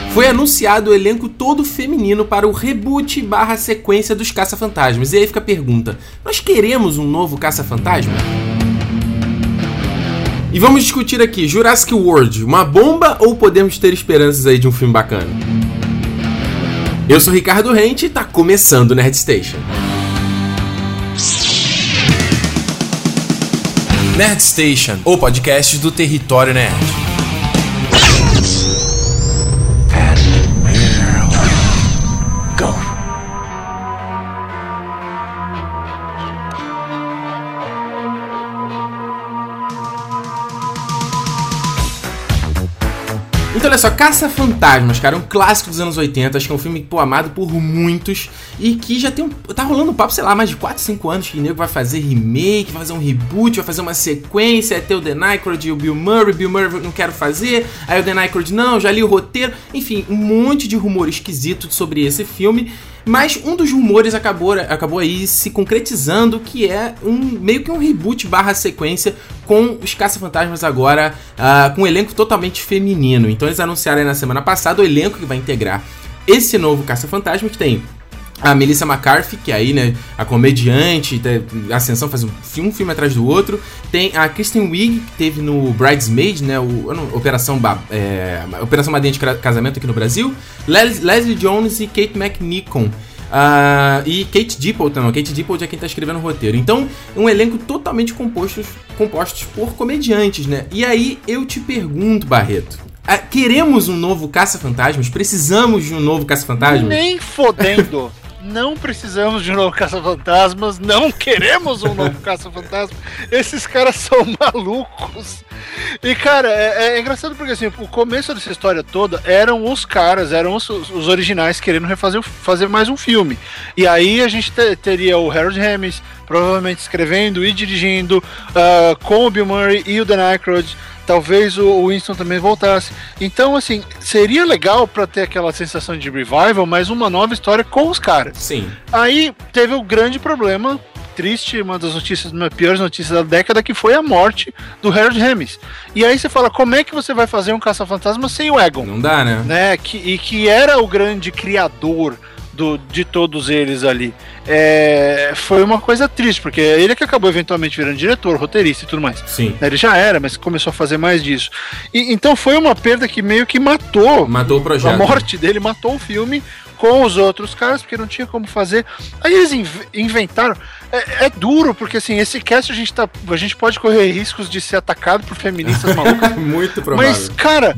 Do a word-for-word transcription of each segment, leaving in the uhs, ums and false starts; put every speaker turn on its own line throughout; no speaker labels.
Foi anunciado o elenco todo feminino para o reboot barra sequência dos Caça-Fantasmas. E aí fica a pergunta, nós queremos um novo Caça-Fantasma? E vamos discutir aqui, Jurassic World, uma bomba ou podemos ter esperanças aí de um filme bacana? Eu sou Ricardo Rente e tá começando o Nerd Station. Nerd Station, o podcast do Território Nerd. Então olha só, Caça-Fantasmas, cara, é um clássico dos anos oitenta, acho que é um filme, pô, amado por muitos e que já tem um... tá rolando um papo, sei lá, mais de quatro, cinco anos que o nego vai fazer remake, vai fazer um reboot, vai fazer uma sequência, vai ter o Dan Aykroyd e o Bill Murray, Bill Murray não quero fazer, aí o Dan Aykroyd não, já li o roteiro, enfim, um monte de rumor esquisito sobre esse filme. Mas um dos rumores acabou, acabou aí se concretizando, que é um, meio que um reboot barra sequência com os Caça-Fantasmas agora uh, com um elenco totalmente feminino. Então eles anunciaram aí na semana passada o elenco que vai integrar esse novo Caça-Fantasma, que tem a Melissa McCarthy, que é aí, né, a comediante, a Ascensão faz um filme, um filme atrás do outro. Tem a Kristen Wiig, que teve no Bridesmaid, né, o, não, Operação, é, Operação Madrinha de Casamento aqui no Brasil. Les, Leslie Jones e Kate McNicol. Uh, e Kate Dippold também. Kate Dippold é quem tá escrevendo o roteiro. Então, um elenco totalmente composto, compostos por comediantes, né? E aí, eu te pergunto, Barreto, uh, queremos um novo Caça-Fantasmas? Precisamos de um novo Caça-Fantasmas?
Nem fodendo! Não precisamos de um novo Caça-Fantasmas, não queremos um novo Caça-Fantasma. Esses caras são malucos. E, cara, é, é engraçado porque, assim, o começo dessa história toda eram os caras, eram os, os originais querendo refazer fazer mais um filme. E aí a gente te, teria o Harold Ramis provavelmente escrevendo e dirigindo, uh, com o Bill Murray e o Dan Aykroyd. Talvez o Winston também voltasse. Então, assim, seria legal pra ter aquela sensação de revival, mas uma nova história com os caras.
Sim.
Aí teve o grande problema, triste, uma das notícias, uma das piores notícias da década, que foi a morte do Harold Ramis. E aí você fala, como é que você vai fazer um Caça-Fantasma sem o Egon?
Não dá, né?
né? Que, e que era o grande criador do, de todos eles ali. É, foi uma coisa triste, porque ele é que acabou eventualmente virando diretor, roteirista e tudo mais.
Sim.
Ele já era, mas começou a fazer mais disso. E, então foi uma perda que meio que matou.
Matou o projeto.
A morte dele matou o filme com os outros caras, porque não tinha como fazer. Aí eles inv- inventaram. É, é duro, porque assim, esse cast a gente, tá, a gente pode correr riscos de ser atacado por feministas malucas.
Muito provável.
Mas, cara,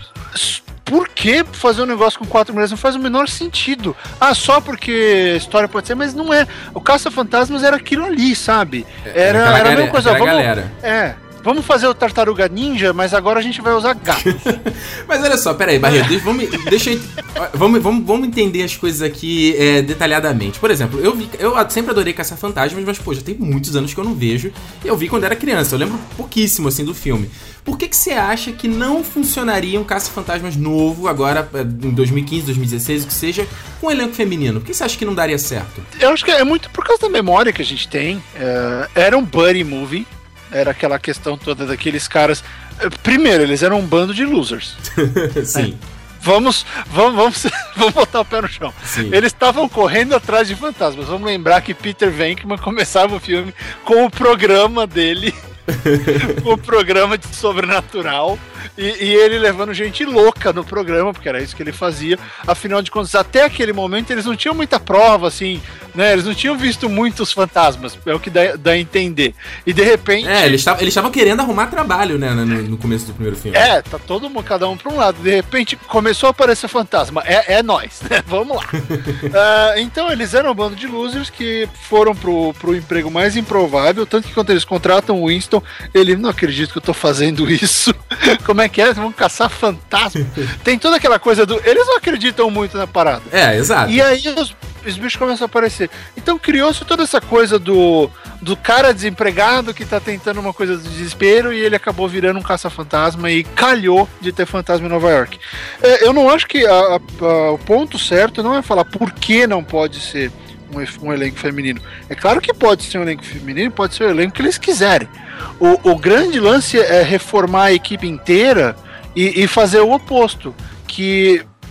por que fazer um negócio com quatro mulheres? Não faz o menor sentido. Ah, só porque a história pode ser, mas não é. O Caça-Fantasmas era aquilo ali, sabe? Era, era, era a mesma coisa. Vamos,
galera.
É. Vamos fazer o Tartaruga Ninja, mas agora a gente vai usar gato.
Mas olha só, peraí, Barreto, deixa, vamos, deixa eu, vamos, vamos, vamos entender as coisas aqui é, detalhadamente. Por exemplo, eu, vi, eu sempre adorei Caça-Fantasmas, mas pô, já tem muitos anos que eu não vejo. E eu vi quando era criança, eu lembro pouquíssimo assim do filme. Por que que você acha que não funcionaria um Caça-Fantasmas novo, agora em dois mil e quinze, dois mil e dezesseis, o que seja, com um elenco feminino? Por que você acha que não daria certo?
Eu acho que é muito por causa da memória que a gente tem. É, era um buddy movie. Era aquela questão toda daqueles caras. Primeiro, eles eram um bando de losers.
Sim.
É. Vamos, vamos, vamos, vamos botar o pé no chão.
Sim.
Eles estavam correndo atrás de fantasmas. Vamos lembrar que Peter Venkman começava o filme com o programa dele, com o programa de sobrenatural. E, e ele levando gente louca no programa, porque era isso que ele fazia. Afinal de contas, até aquele momento eles não tinham muita prova, assim, né? Eles não tinham visto muitos fantasmas, é o que dá, dá a entender. E de repente...
É, eles estavam querendo arrumar trabalho, né, no, no começo do primeiro filme.
É, tá todo mundo, cada um pra um lado. De repente começou a aparecer fantasma. É, é nós, né? Vamos lá. uh, então eles eram um bando de losers que foram pro, pro emprego mais improvável, tanto que quando eles contratam o Winston, ele, não acredito que eu tô fazendo isso. Como é que é? Vão caçar fantasma. Tem toda aquela coisa do... Eles não acreditam muito na parada.
É, exato.
E aí os, os bichos começam a aparecer. Então criou-se toda essa coisa do, do cara desempregado que tá tentando uma coisa de desespero e ele acabou virando um caça-fantasma e calhou de ter fantasma em Nova York. É, eu não acho que a, a, a, o ponto certo não é falar por que não pode ser um, um elenco feminino. É claro que pode ser um elenco feminino, pode ser o elenco que eles quiserem. O, o grande lance é reformar a equipe inteira e, e fazer o oposto, que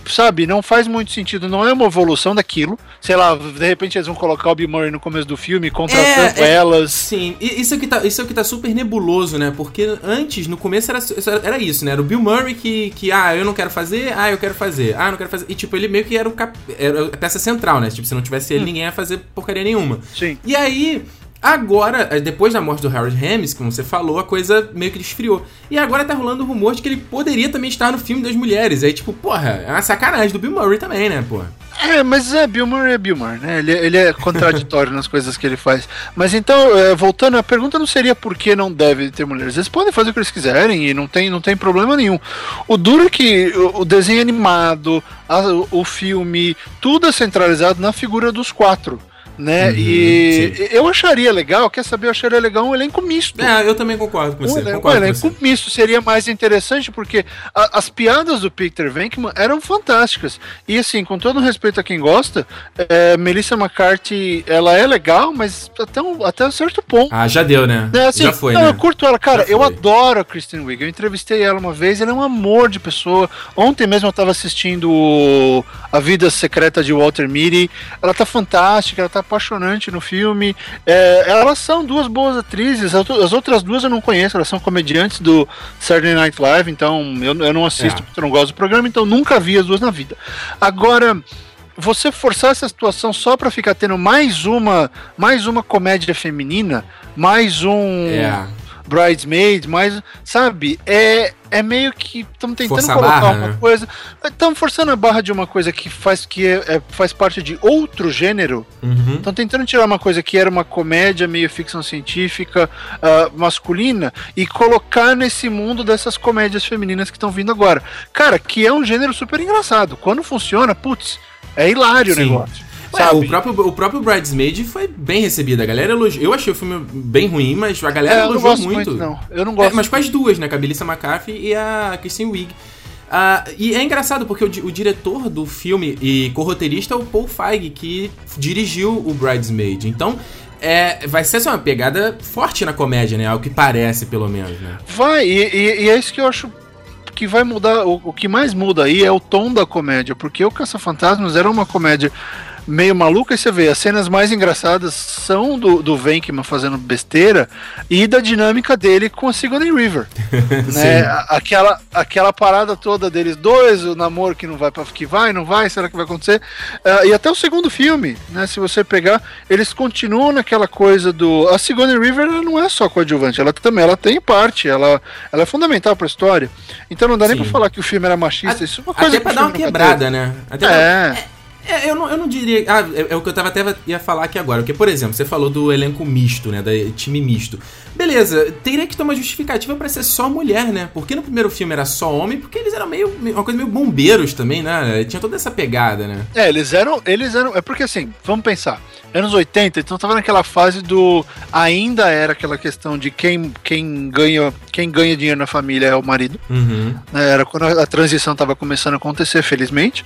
sabe, não faz muito sentido, não é uma evolução daquilo. Sei lá, de repente eles vão colocar o Bill Murray no começo do filme, contratando
é, é,
elas.
Sim, e isso aqui, tá, isso aqui tá super nebuloso, né? Porque antes, no começo, era, era isso, né? Era o Bill Murray que, que, ah, eu não quero fazer, ah, eu quero fazer, ah, eu não quero fazer. E, tipo, ele meio que era, o cap, era a peça central, né? Tipo, se não tivesse ele, hum. ninguém ia fazer porcaria nenhuma.
Sim.
E aí... Agora, depois da morte do Harold Ramis, como você falou, a coisa meio que esfriou. E agora tá rolando o rumor de que ele poderia também estar no filme das mulheres. Aí, tipo, porra, é uma sacanagem do Bill Murray também, né, porra?
É, mas é, Bill Murray é Bill Murray, né? Ele, ele é contraditório nas coisas que ele faz. Mas então, é, voltando, a pergunta não seria por que não deve ter mulheres. Eles podem fazer o que eles quiserem e não tem, não tem problema nenhum. O duro é que o, o desenho animado, a, o, o filme, tudo é centralizado na figura dos quatro. Né? Uhum, e sim. Eu acharia legal, quer saber, eu acharia legal um elenco misto.
É, eu também concordo com você.
Um elenco,
concordo
um elenco
com você.
misto seria mais interessante, porque a, as piadas do Peter Venkman eram fantásticas. E assim, com todo respeito a quem gosta, é, Melissa McCarthy, ela é legal, mas até um, até um certo ponto.
Ah, já deu, né?
É, assim,
já foi,
não,
né?
Eu curto ela, cara, eu adoro a Kristen Wiig. Eu entrevistei ela uma vez, ela é um amor de pessoa. Ontem mesmo eu tava assistindo A Vida Secreta de Walter Mitty. Ela tá fantástica, ela tá apaixonante no filme. É, elas são duas boas atrizes. As outras duas eu não conheço, elas são comediantes do Saturday Night Live, então eu, eu não assisto é. porque eu não gosto do programa, então nunca vi as duas na vida. Agora, você forçar essa situação só pra ficar tendo mais uma mais uma comédia feminina, mais um
é.
Bridesmaid, mais, sabe, é, é meio que estamos tentando
Força
colocar
barra,
uma
né?
coisa, estamos forçando a barra de uma coisa que faz, que é, é, faz parte de outro gênero, estão uhum. tentando tirar uma coisa que era uma comédia meio ficção científica uh, masculina e colocar nesse mundo dessas comédias femininas que estão vindo agora, cara, que é um gênero super engraçado, quando funciona, putz, é hilário. Sim. O negócio.
Ué, o, próprio, o próprio Bridesmaid foi bem recebido. A galera elogiou. Eu achei o filme bem ruim, mas a galera
é,
elogiou
eu não gosto
muito.
muito. Não, eu não gosto.
É, mas com as duas, né? Com a Melissa McCarthy e a Kristen Wiig. Uh, e é engraçado porque o, o diretor do filme e co-roteirista é o Paul Feig, que dirigiu o Bridesmaid. Então, é, vai ser assim, uma pegada forte na comédia, né? Ao que parece, pelo menos, né?
Vai, e, e, e é isso que eu acho que vai mudar. O, o que mais muda aí é o tom da comédia, porque o Caça-Fantasmas era uma comédia meio maluca, e você vê, as cenas mais engraçadas são do, do Venkman fazendo besteira e da dinâmica dele com a Sigourney Weaver. Né? Aquela, aquela parada toda deles dois, o namoro que não vai, pra, que vai, não vai, será que vai acontecer? Uh, e até o segundo filme, né, se você pegar, eles continuam naquela coisa do... A Sigourney Weaver ela não é só coadjuvante, ela também ela tem parte, ela, ela é fundamental pra história. Então não dá Sim. nem pra falar que o filme era machista, a, isso é uma coisa...
Até pra dar uma quebrada, né? Até
é...
Pra... É, eu não, eu não diria... Ah, é, é o que eu tava até ia falar aqui agora. Porque, por exemplo, você falou do elenco misto, né? Da time misto. Beleza, teria que ter uma justificativa pra ser só mulher, né? Porque no primeiro filme era só homem, porque eles eram meio... Uma coisa meio bombeiros também, né? Tinha toda essa pegada, né?
É, eles eram... Eles eram... É porque, assim, vamos pensar. Anos oitenta, então tava naquela fase do... Ainda era aquela questão de quem, quem, ganha, quem ganha dinheiro na família é o marido.
Uhum.
Era quando a, a transição tava começando a acontecer, felizmente.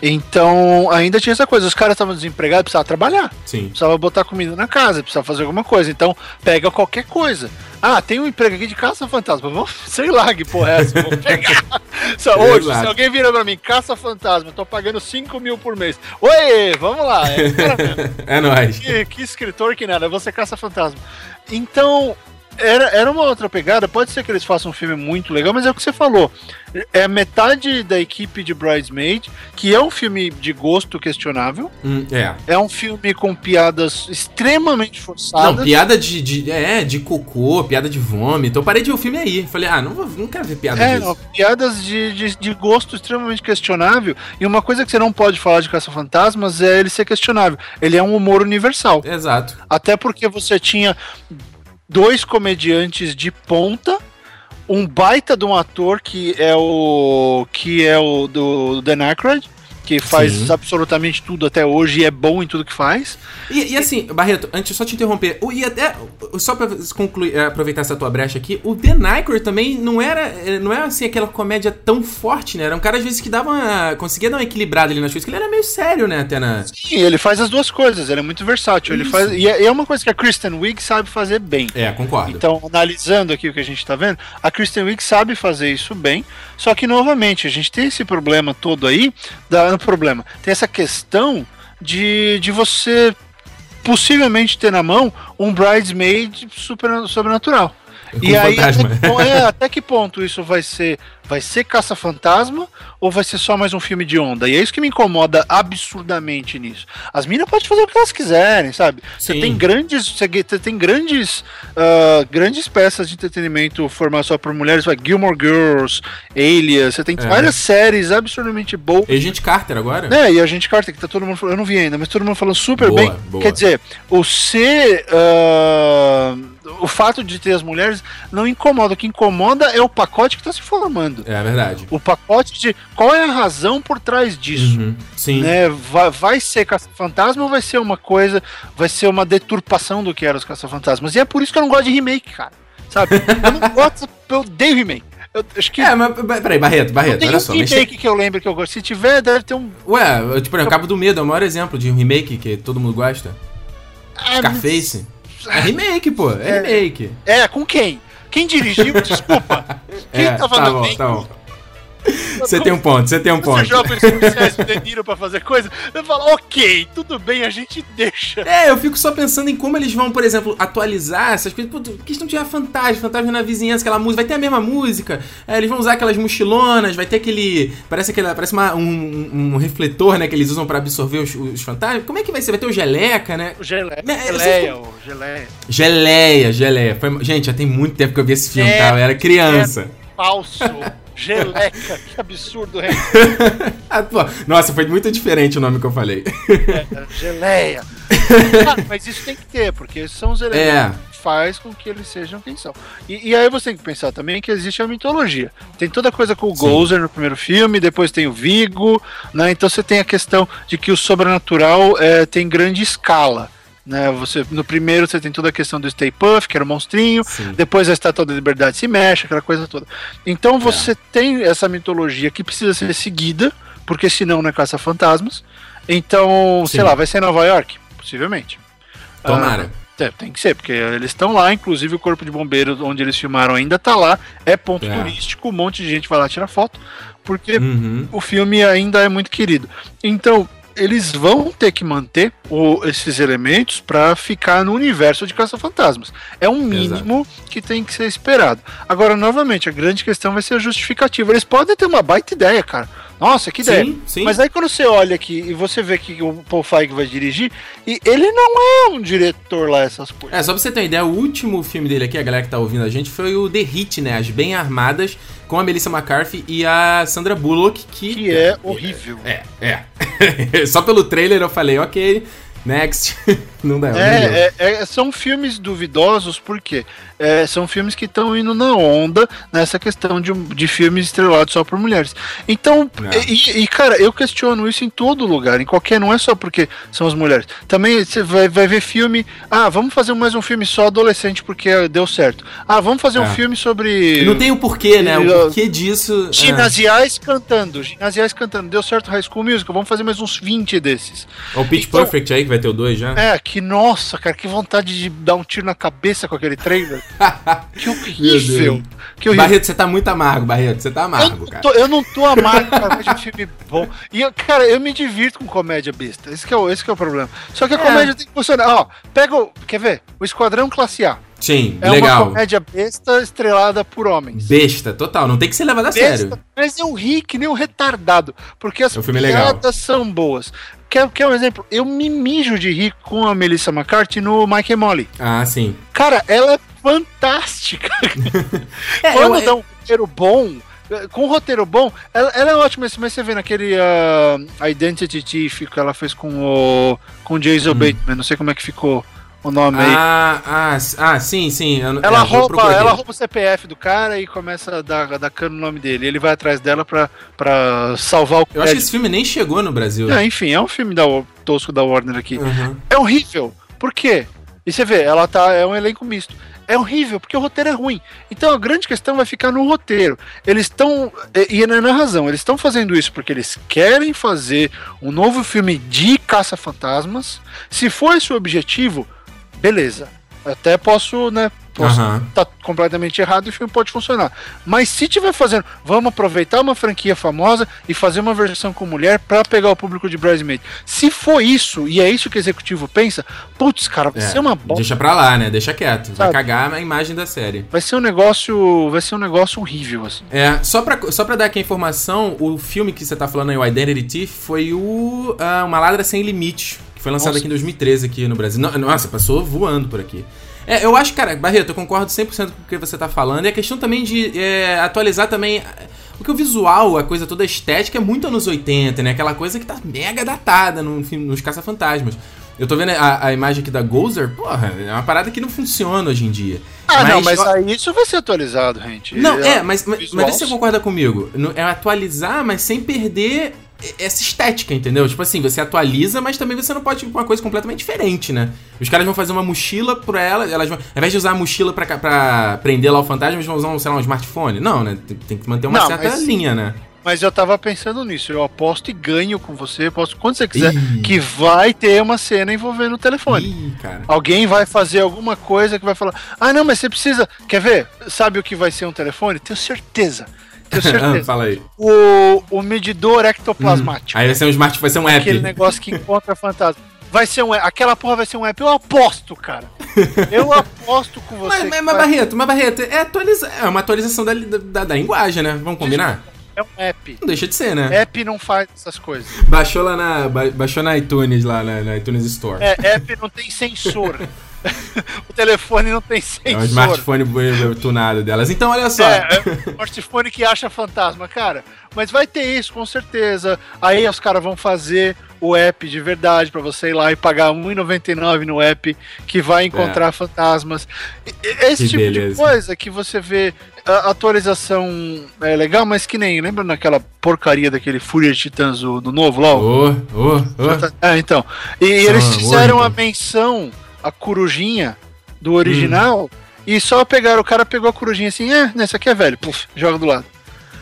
Então, ainda tinha essa coisa. Os caras estavam desempregados, precisavam trabalhar.
Sim.
Precisava botar comida na casa, precisava fazer alguma coisa. Então, pega qualquer coisa. Ah, tem um emprego aqui de caça-fantasma. Vamos, sei lá que porra é essa. Vamos pegar. Só, hoje, se alguém vira pra mim, caça-fantasma, tô pagando cinco mil por mês. Oi, vamos lá. É,
é nóis.
Que, que escritor que nada, você caça-fantasma. Então, era, era uma outra pegada. Pode ser que eles façam um filme muito legal, mas é o que você falou. É metade da equipe de Bridesmaid, que é um filme de gosto questionável.
Hum, é.
É um filme com piadas extremamente forçadas.
Não, piada de, de, é, de cocô, piada de vômito. Eu parei de ver o filme aí. Falei, ah, não, vou, não quero ver piada
é,
disso.
Não, piadas de, de, de gosto extremamente questionável. E uma coisa que você não pode falar de Caça-Fantasmas é ele ser questionável. Ele é um humor universal.
Exato.
Até porque você tinha dois comediantes de ponta, um baita de um ator que é o que é o do Dan Aykroyd, que faz
Sim.
absolutamente tudo até hoje e é bom em tudo que faz.
E, e assim, Barreto, antes só te interromper, o, e até, só pra concluir, aproveitar essa tua brecha aqui, o Dan Aykroyd também não era, não era assim aquela comédia tão forte, né? Era um cara às vezes que dava uma, conseguia dar uma equilibrada ali nas coisas, que ele era meio sério, né, até na...
Sim, ele faz as duas coisas, ele é muito versátil, ele faz, e é, é uma coisa que a Kristen Wiig sabe fazer bem.
É, concordo.
Então, analisando aqui o que a gente tá vendo, a Kristen Wiig sabe fazer isso bem, só que novamente, a gente tem esse problema todo aí, da, problema, tem essa questão de, de você possivelmente ter na mão um bridesmaid super, sobrenatural.
Com
e aí,
fantasma.
até que, é, até que ponto isso vai ser, vai ser Caça-Fantasma ou vai ser só mais um filme de onda? E é isso que me incomoda absurdamente nisso. As minas podem fazer o que elas quiserem, sabe? Você tem grandes, você tem grandes, uh, grandes peças de entretenimento formadas só por mulheres, vai, Gilmore Girls, Alias, você tem é. várias séries absurdamente boas.
Agent Carter agora?
É, e Agent Carter, que tá todo mundo falando, eu não vi ainda, mas todo mundo falando super
boa,
bem.
Boa.
Quer dizer, o ser... Uh, o fato de ter as mulheres não incomoda. O que incomoda é o pacote que está se formando.
É verdade.
O pacote de qual é a razão por trás disso.
Uhum, sim.
Né? Vai, vai ser Caça-Fantasma ou vai ser uma coisa, vai ser uma deturpação do que eram os Caça-Fantasmas? E é por isso que eu não gosto de remake, cara. Sabe? Eu não gosto, eu odeio remake. Eu acho que.
É, mas peraí, Barreto, Barreto, olha só.
Tem um remake que eu lembro que eu gosto. Se tiver, deve ter um.
Ué, eu, tipo, eu Cabo do Medo é o maior exemplo de um remake que todo mundo gosta.
É,
Scarface. É remake, pô. É, é remake.
É, com quem? Quem dirigiu? Desculpa. Quem
é,
tava
tá
no
bom,
meio?
tá bom. Você tem um ponto, você tem um ponto.
Você joga os policiais do De Niro pra fazer coisa, eu falo, ok, tudo bem, a gente deixa.
É, eu fico só pensando em como eles vão, por exemplo, atualizar essas coisas. Pô, que não tiver fantasma, fantasma na vizinhança, aquela música, vai ter a mesma música. É, eles vão usar aquelas mochilonas, vai ter aquele. Parece aquele, parece uma, um, um refletor, né, que eles usam pra absorver os, os fantasmas. Como é que vai ser? Vai ter o geleca, né?
O geleia,
é,
geleia, o geleia.
Geleia, geleia. Foi, gente, já tem muito tempo que eu vi esse filme, é, tá? Eu era criança.
É falso. Geleca, que absurdo, hein?
ah, pô, nossa, foi muito diferente o nome que eu falei.
É, geleia. Ah, mas isso tem que ter, porque esses são os elementos é. que faz com que eles sejam quem são. E, e aí você tem que pensar também que existe a mitologia. Tem toda a coisa com o Gozer no primeiro filme, depois tem o Vigo, né? Então você tem a questão de que o sobrenatural é, tem grande escala. Né, você, no primeiro você tem toda a questão do Stay Puft, que era o monstrinho. Sim. Depois a Estátua da Liberdade se mexe, aquela coisa toda. Então você é. tem essa mitologia que precisa ser seguida, porque senão não é Caça-Fantasmas. Então, Sim. sei lá, vai ser em Nova York? Possivelmente.
Tomara.
Ah, é, tem que ser, porque eles estão lá, inclusive o Corpo de Bombeiros onde eles filmaram ainda tá lá, é ponto é. turístico, um monte de gente vai lá tirar foto, porque uhum. o filme ainda é muito querido. Então eles vão ter que manter o, esses elementos para ficar no universo de Caça-Fantasmas. É um mínimo Exato. que tem que ser esperado. Agora, novamente, a grande questão vai ser a justificativa. Eles podem ter uma baita ideia, cara. Nossa, que ideia. Sim, sim. Mas aí quando você olha aqui e você vê que o Paul Feig vai dirigir, e ele não é um diretor lá, essas coisas.
É, só pra você ter uma ideia, o último filme dele aqui, a galera que tá ouvindo a gente, foi o The Hit, né? As Bem Armadas, com a Melissa McCarthy e a Sandra Bullock, que...
Que é horrível.
É, é. Só pelo trailer eu falei, ok... Next. Não dá.
É, é, é, são filmes duvidosos porque é, são filmes que estão indo na onda nessa questão de, de filmes estrelados só por mulheres. Então, e, e cara, eu questiono isso em todo lugar, em qualquer, não é só porque são as mulheres. Também você vai, vai ver filme, ah, vamos fazer mais um filme só adolescente porque deu certo. Ah, vamos fazer é. um filme sobre...
Não tem o porquê, né? O porquê disso...
Ginasiais é. cantando, ginasiais cantando. Deu certo High School Musical, vamos fazer mais uns vinte desses.
O Pitch então, Perfect aí, vai ter o dois já?
É, que nossa, cara, que vontade de dar um tiro na cabeça com aquele trailer. Que horrível. Que horrível.
Barreto, você tá muito amargo, Barreto, você tá amargo,
eu
cara.
Tô, eu não tô amargo, cara, mas é um filme bom. E, eu, cara, eu me divirto com comédia besta. Esse que é o, esse que é o problema. Só que a é. comédia tem que funcionar. Ó, pega o... Quer ver? O Esquadrão Classe A.
Sim,
é
legal.
É uma comédia besta estrelada por homens.
Besta, total. Não tem que ser levado a
besta,
sério.
Mas eu ri que nem um retardado. Porque as piadas são boas. Quer, quer um exemplo? Eu me mijo de rir com a Melissa McCarthy no Mike and Molly.
Ah, sim.
Cara, ela é fantástica. é, Quando eu, dá um roteiro bom, com um roteiro bom, ela, ela é ótima. Mas você vê naquele uh, Identity Thief que ela fez com o com Jason hum. Bateman, não sei como é que ficou o nome aí.
Ah, ah, ah, sim, sim. Eu,
ela,
é,
rouba, ela rouba o C P F do cara e começa a dar, a dar cano no nome dele. Ele vai atrás dela pra, pra salvar o
Eu acho que esse filme nem chegou no Brasil.
É, enfim, é um filme da, tosco da Warner aqui.
Uhum.
É horrível. Por quê? E você vê, ela tá, é um elenco misto. É horrível, porque o roteiro é ruim. Então a grande questão vai ficar no roteiro. Eles estão, e não é na razão, eles estão fazendo isso porque eles querem fazer um novo filme de caça-fantasmas. Se for esse o objetivo, beleza. Até posso, né, posso
Uhum.
tá completamente errado e o filme pode funcionar. Mas se tiver fazendo, vamos aproveitar uma franquia famosa e fazer uma versão com mulher pra pegar o público de Bridesmaid. Se for isso, e é isso que o executivo pensa, putz, cara, vai
É,
ser uma bosta.
deixa pra lá, né? Deixa quieto. Vai
Sabe?
cagar a imagem da série.
Vai ser um negócio, vai ser um negócio horrível, assim.
É, só pra, só pra dar aqui a informação, o filme que você tá falando aí, o Identity Thief, foi o uh, Uma Ladra Sem Limites, que foi lançado
Nossa.
aqui em dois mil e treze aqui no Brasil. No- Nossa, passou voando por aqui. É, eu acho, cara, Barreto, eu concordo cem por cento com o que você tá falando. E a questão também de é, atualizar também... Porque o visual, a coisa toda estética é muito anos oitenta, né? Aquela coisa que tá mega datada no filme, nos Caça-Fantasmas. Eu tô vendo a, a imagem aqui da Gozer, porra, é uma parada que não funciona hoje em dia.
Ah, não, mas
eu-
aí isso vai ser atualizado, gente.
Não, é, mas, mas,
visual,
mas vê se você concorda comigo. No- É atualizar, mas sem perder essa estética, entendeu? Tipo assim, você atualiza, mas também você não pode ir pra uma coisa completamente diferente, né? Os caras vão fazer uma mochila pra ela, elas vão, ao invés de usar a mochila pra, ca- pra prender lá o fantasma, eles vão usar um, sei lá, um smartphone. Não, né? Tem, tem que manter uma
Não,
certa
mas-
linha, né?
Mas eu tava pensando nisso. Eu aposto e ganho com você, aposto quando você quiser,
Ih.
que vai ter uma cena envolvendo o telefone.
Ih, cara.
Alguém vai fazer alguma coisa que vai falar: ah, não, mas você precisa. Quer ver? Sabe o que vai ser um telefone? Tenho certeza. Tenho certeza.
Fala aí.
o, o medidor ectoplasmático.
Aí vai ser um smart, vai ser um app.
Aquele negócio que encontra fantasma. Vai ser um app. Aquela porra vai ser um app. Eu aposto, cara. Eu aposto com você.
Mas,
que
mas, mas
vai-
Barreto, mas Barreto, é, atualiza, é uma atualização da, da, da linguagem, né? Vamos combinar?
É um app.
Não deixa de ser, né?
App não faz essas coisas.
Baixou lá na. ba- Baixou na iTunes, lá na, na iTunes Store.
É, app não tem sensor. O telefone não tem sensor.
É um smartphone bu- tunado delas. Então, olha só.
É, é um smartphone que acha fantasma, cara. Mas vai ter isso, com certeza. Aí os caras vão fazer o app de verdade pra você ir lá e pagar um real e noventa e nove no app que vai encontrar fantasmas. E- e- Esse
Que
tipo
beleza.
de coisa que você vê a atualização é legal, mas que nem, lembra naquela porcaria daquele Fúria de Titãs do, do novo lá? o-
Ô, ô, ô.
É, então. E
São
eles
amor,
fizeram
então.
a menção, a corujinha do original, e só pegaram, o cara pegou a corujinha assim, é, né, isso aqui é velho, puf, joga do lado.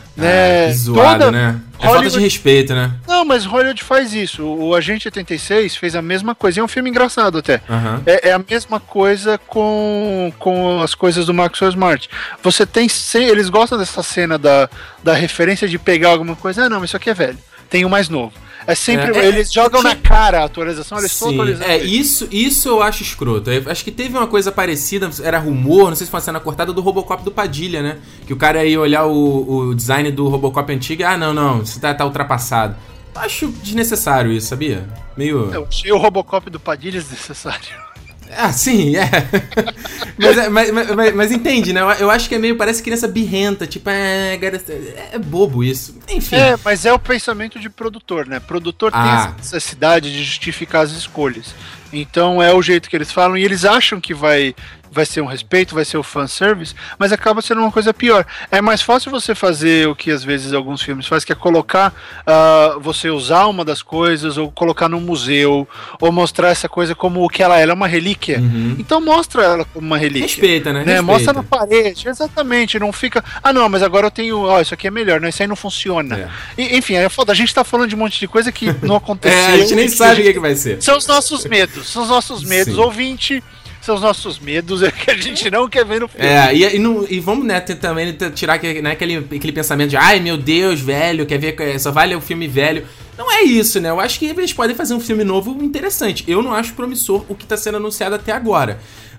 né,
Ah, que zoado,
toda
né? É falta de
Hollywood-
respeito, né?
Não, mas Hollywood faz isso. O, o Agente oitenta e seis fez a mesma coisa. E é um filme engraçado até.
Aham.
É, é a mesma coisa com, com as coisas do Maxwell Smart. Você tem. se- Eles gostam dessa cena da, da referência de pegar alguma coisa. Ah, não, isso aqui é velho. Tem o mais novo. É sempre.
É, é,
eles jogam
tinha-
na cara a atualização, eles estão
Sim,
atualizando.
é, isso, isso eu acho escroto. Eu acho que teve uma coisa parecida, era rumor, não sei se foi uma cena cortada do Robocop do Padilha, né? Que o cara ia olhar o, o design do Robocop antigo e, ah, não, não, isso tá, tá ultrapassado. Eu acho desnecessário isso, sabia? Meio...
Eu achei o Robocop do Padilha desnecessário.
Ah, sim, é. mas, é- mas, mas, mas- mas entende, né? Eu, eu acho que é meio, parece criança birrenta, tipo, é, garota- é bobo isso. Enfim.
É, mas é o pensamento de produtor, né? Produtor tem
Ah.
essa necessidade de justificar as escolhas. Então é o jeito que eles falam e eles acham que vai, vai ser um respeito, vai ser o fanservice, mas acaba sendo uma coisa pior. É mais fácil você fazer o que às vezes alguns filmes fazem, que é colocar, ah, você usar uma das coisas, ou colocar num museu, ou mostrar essa coisa como o que ela é, ela é uma relíquia.
Uhum.
Então mostra ela como uma relíquia.
Respeita, né?
Né?
Respeita.
Mostra na parede, exatamente, não fica, ah não, mas agora eu tenho, ó, isso aqui é melhor, né? Isso aí não funciona.
É.
E, enfim, é foda, a gente tá falando de um monte de coisa que não aconteceu.
É, a gente nem
e que
sabe o
a
que,
gente-
que vai ser.
São os nossos medos, são os nossos medos,
Sim.
ouvinte, são os nossos medos, é que a gente não quer ver no filme.
É, e, e, não- e vamos, né, ter- também ter- tirar aquele, né, aquele, aquele pensamento de ai meu Deus, velho, quer ver, só vale o filme velho. Não é isso, né? Eu acho que eles podem fazer um filme novo interessante. Eu não acho promissor o que tá sendo anunciado até agora.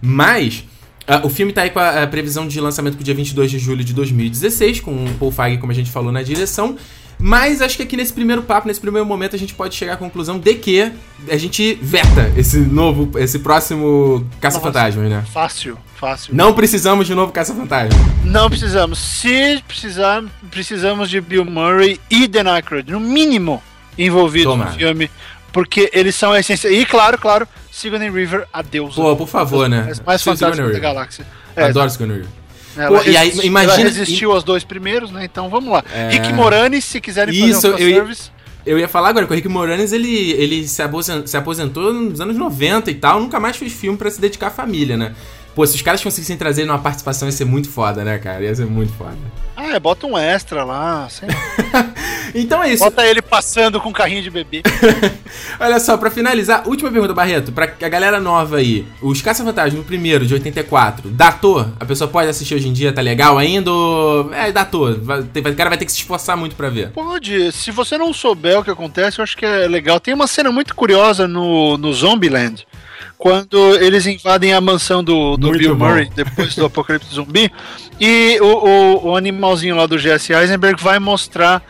Mas ah, o filme tá aí com a, a previsão de lançamento pro dia vinte e dois de julho de dois mil e dezesseis, com o Paul Feig, como a gente falou, na direção. Mas acho que aqui nesse primeiro papo, nesse primeiro momento, a gente pode chegar à conclusão de que a gente veta esse novo, esse próximo Caça-Fantasmas, né?
Fácil, fácil.
Não precisamos de um novo Caça-Fantasma.
Não precisamos. Se precisar, precisamos de Bill Murray e Dan Aykroyd, no mínimo, envolvidos
Tomara.
no filme, porque eles são a essência. E claro, claro, Sigourney Weaver, a deusa.
Pô, por favor, né?
Mais, mais fantástica da galáxia.
É, adoro Sigourney Weaver.
Ela, Pô, resist... e aí, imagina... ela resistiu aos dois primeiros, né? Então vamos lá. É... Rick Moranis, se quiserem fazer
Isso,
um fanservice...
Eu ia falar agora que o Rick Moranis, ele, ele se, aposentou, se aposentou nos anos noventa e tal, nunca mais fez filme pra se dedicar à família, né? Pô, se os caras conseguissem trazer ele numa participação, ia ser muito foda, né, cara? Ia ser muito foda.
Ah, é, bota um extra lá, sei lá.
Então é isso.
Bota ele passando com um carrinho de bebê.
Olha só, pra finalizar, última pergunta, Barreto, pra a galera nova aí. Os Caça-Fantasmas, no primeiro, de oitenta e quatro, datou? A pessoa pode assistir hoje em dia, tá legal ainda? Ou... É, datou. O cara vai ter que se esforçar muito pra ver.
Pode. Se você não souber o que acontece, eu acho que é legal. Tem uma cena muito curiosa no, no Zombieland, quando eles invadem a mansão do, do Bill bom. Murray, depois do Apocalipse Zumbi, e o, o, o animalzinho lá do G S Eisenberg vai mostrar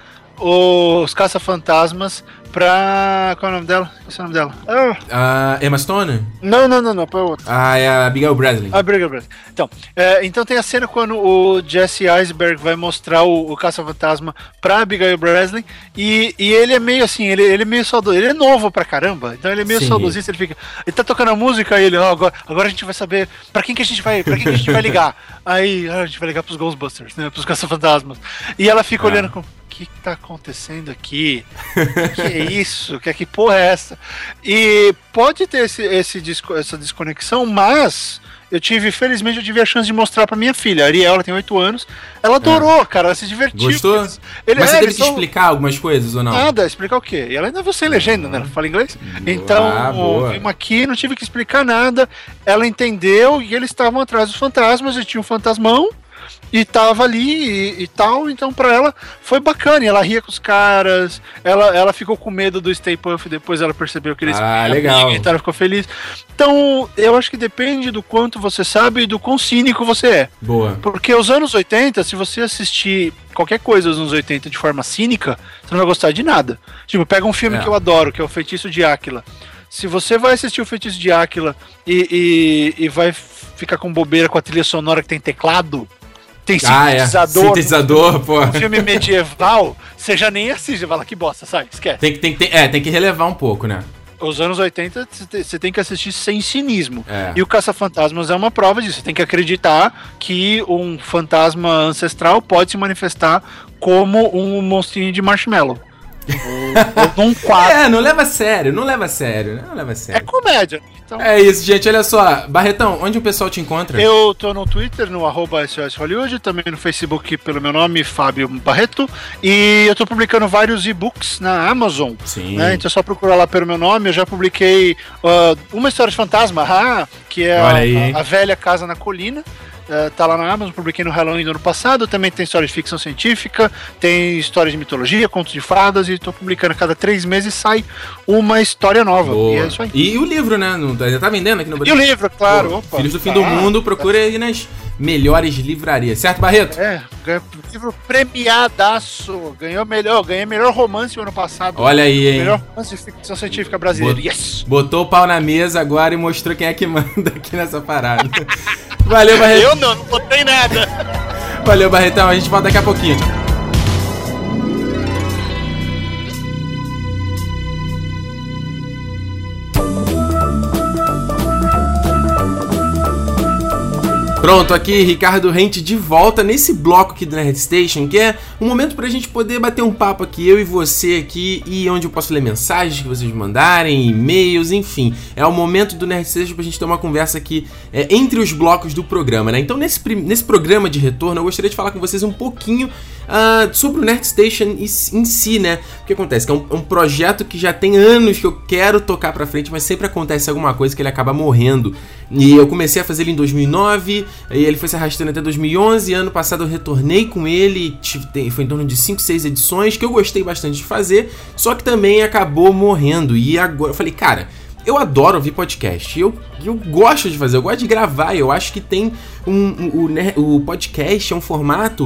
os caça-fantasmas pra... Qual é o nome dela? Qual é o nome dela?
Ah. Uh, Emma Stone?
Não, não, não, não, pra outra.
Ah, é a Abigail Breslin.
A Abigail Breslin. Então, é, então tem a cena quando o Jesse Eisenberg vai mostrar o, o caça-fantasma pra Abigail Breslin, e, e ele é meio assim, ele, ele é meio saudoso, ele é novo pra caramba, então ele é meio Sim. saudosista, ele fica, ele tá tocando a música e ele, ó, oh, agora, agora a gente vai saber pra quem que a gente vai, pra quem que a gente vai ligar. Aí a gente vai ligar pros Ghostbusters, né, pros caça-fantasmas. E ela fica ah. olhando com... O que tá acontecendo aqui? Que é isso? Que, que porra é essa? E pode ter esse, esse, essa desconexão, mas eu tive, felizmente, eu tive a chance de mostrar pra minha filha. A Ariel, ela tem oito anos. Ela adorou, é. cara, ela se divertiu.
Gostou?
Eles, ele,
mas
é,
você teve que
são...
explicar algumas coisas ou não?
Nada, explicar o quê? E ela ainda viu sem legenda, né? Ela fala inglês. Então, ah, vimos aqui, não tive que explicar nada. Ela entendeu e eles estavam atrás dos fantasmas e tinha um fantasmão. E tava ali e, e tal, então pra ela foi bacana, e ela ria com os caras, ela, ela ficou com medo do Stay Puft, depois ela percebeu que eles
ah, legal.
Então ela ficou feliz. Então, eu acho que depende do quanto você sabe e do quão cínico você é.
Boa.
Porque os anos oitenta, se você assistir qualquer coisa dos anos oitenta de forma cínica, você não vai gostar de nada. Tipo, pega um filme é. que eu adoro, que é o Feitiço de Áquila. Se você vai assistir o Feitiço de Áquila e, e, e vai ficar com bobeira com a trilha sonora que tem teclado, tem sintetizador,
ah, é. sintetizador
no,
pô.
no filme medieval, você já nem assiste, fala que bosta, sai, esquece.
Tem, tem, tem, é, tem que relevar um pouco, né?
Os anos oitenta, você tem que assistir sem cinismo.
É.
E o Caça-Fantasmas é uma prova disso. Você tem que acreditar que um fantasma ancestral pode se manifestar como um monstrinho de marshmallow. ou, ou num quadro.
É, não leva a sério, não leva a sério, né? Não leva a sério.
É comédia. Então...
É isso, gente, olha só. Barretão, onde o pessoal te encontra?
Eu tô no Twitter, no arroba S O S Hollywood, também no Facebook pelo meu nome, Fábio Barreto. E eu tô publicando vários e-books na Amazon.
Sim.
Né? Então é só procurar lá pelo meu nome. Eu já publiquei uh, Uma História de Fantasma, ah, que é a, a, a Velha Casa na Colina. Uh, tá lá na Amazon, publiquei no Halloween do ano passado. Também tem história de ficção científica, tem história de mitologia, contos de fadas, e tô publicando a cada três meses sai uma história nova.
Boa.
E é isso aí.
E o livro, né? Já tá vendendo aqui no
Brasil? E o livro, claro. Pô, opa.
Filhos do Fim ah, do Mundo, procura aí nas melhores livrarias, certo, Barreto?
É, livro premiadaço. Ganhou melhor, ganhei melhor romance o ano passado.
Olha aí, hein?
Melhor romance de ficção científica brasileira. Bot,
yes! Botou o pau na mesa agora e mostrou quem é que manda aqui nessa parada. Valeu, Barreto.
Eu não, não botei nada.
Valeu, Barretão. A gente volta daqui a pouquinho. Pronto, aqui Ricardo Rente de volta nesse bloco aqui do Nerd Station, que é um momento pra gente poder bater um papo aqui, eu e você aqui, e onde eu posso ler mensagens que vocês mandarem, e-mails, enfim. É o momento do Nerd Station pra gente ter uma conversa aqui é, entre os blocos do programa, né? Então nesse, nesse programa de retorno eu gostaria de falar com vocês um pouquinho uh, sobre o Nerd Station em, em si, né? O que acontece? Que é um, um projeto que já tem anos que eu quero tocar pra frente, mas sempre acontece alguma coisa que ele acaba morrendo. E eu comecei a fazer ele em dois mil e nove, e ele foi se arrastando até dois mil e onze, ano passado eu retornei com ele, foi em torno de cinco, seis edições, que eu gostei bastante de fazer, só que também acabou morrendo, e agora eu falei, cara, eu adoro ouvir podcast, eu, eu gosto de fazer, eu gosto de gravar, eu acho que tem um, um, o, o podcast é um formato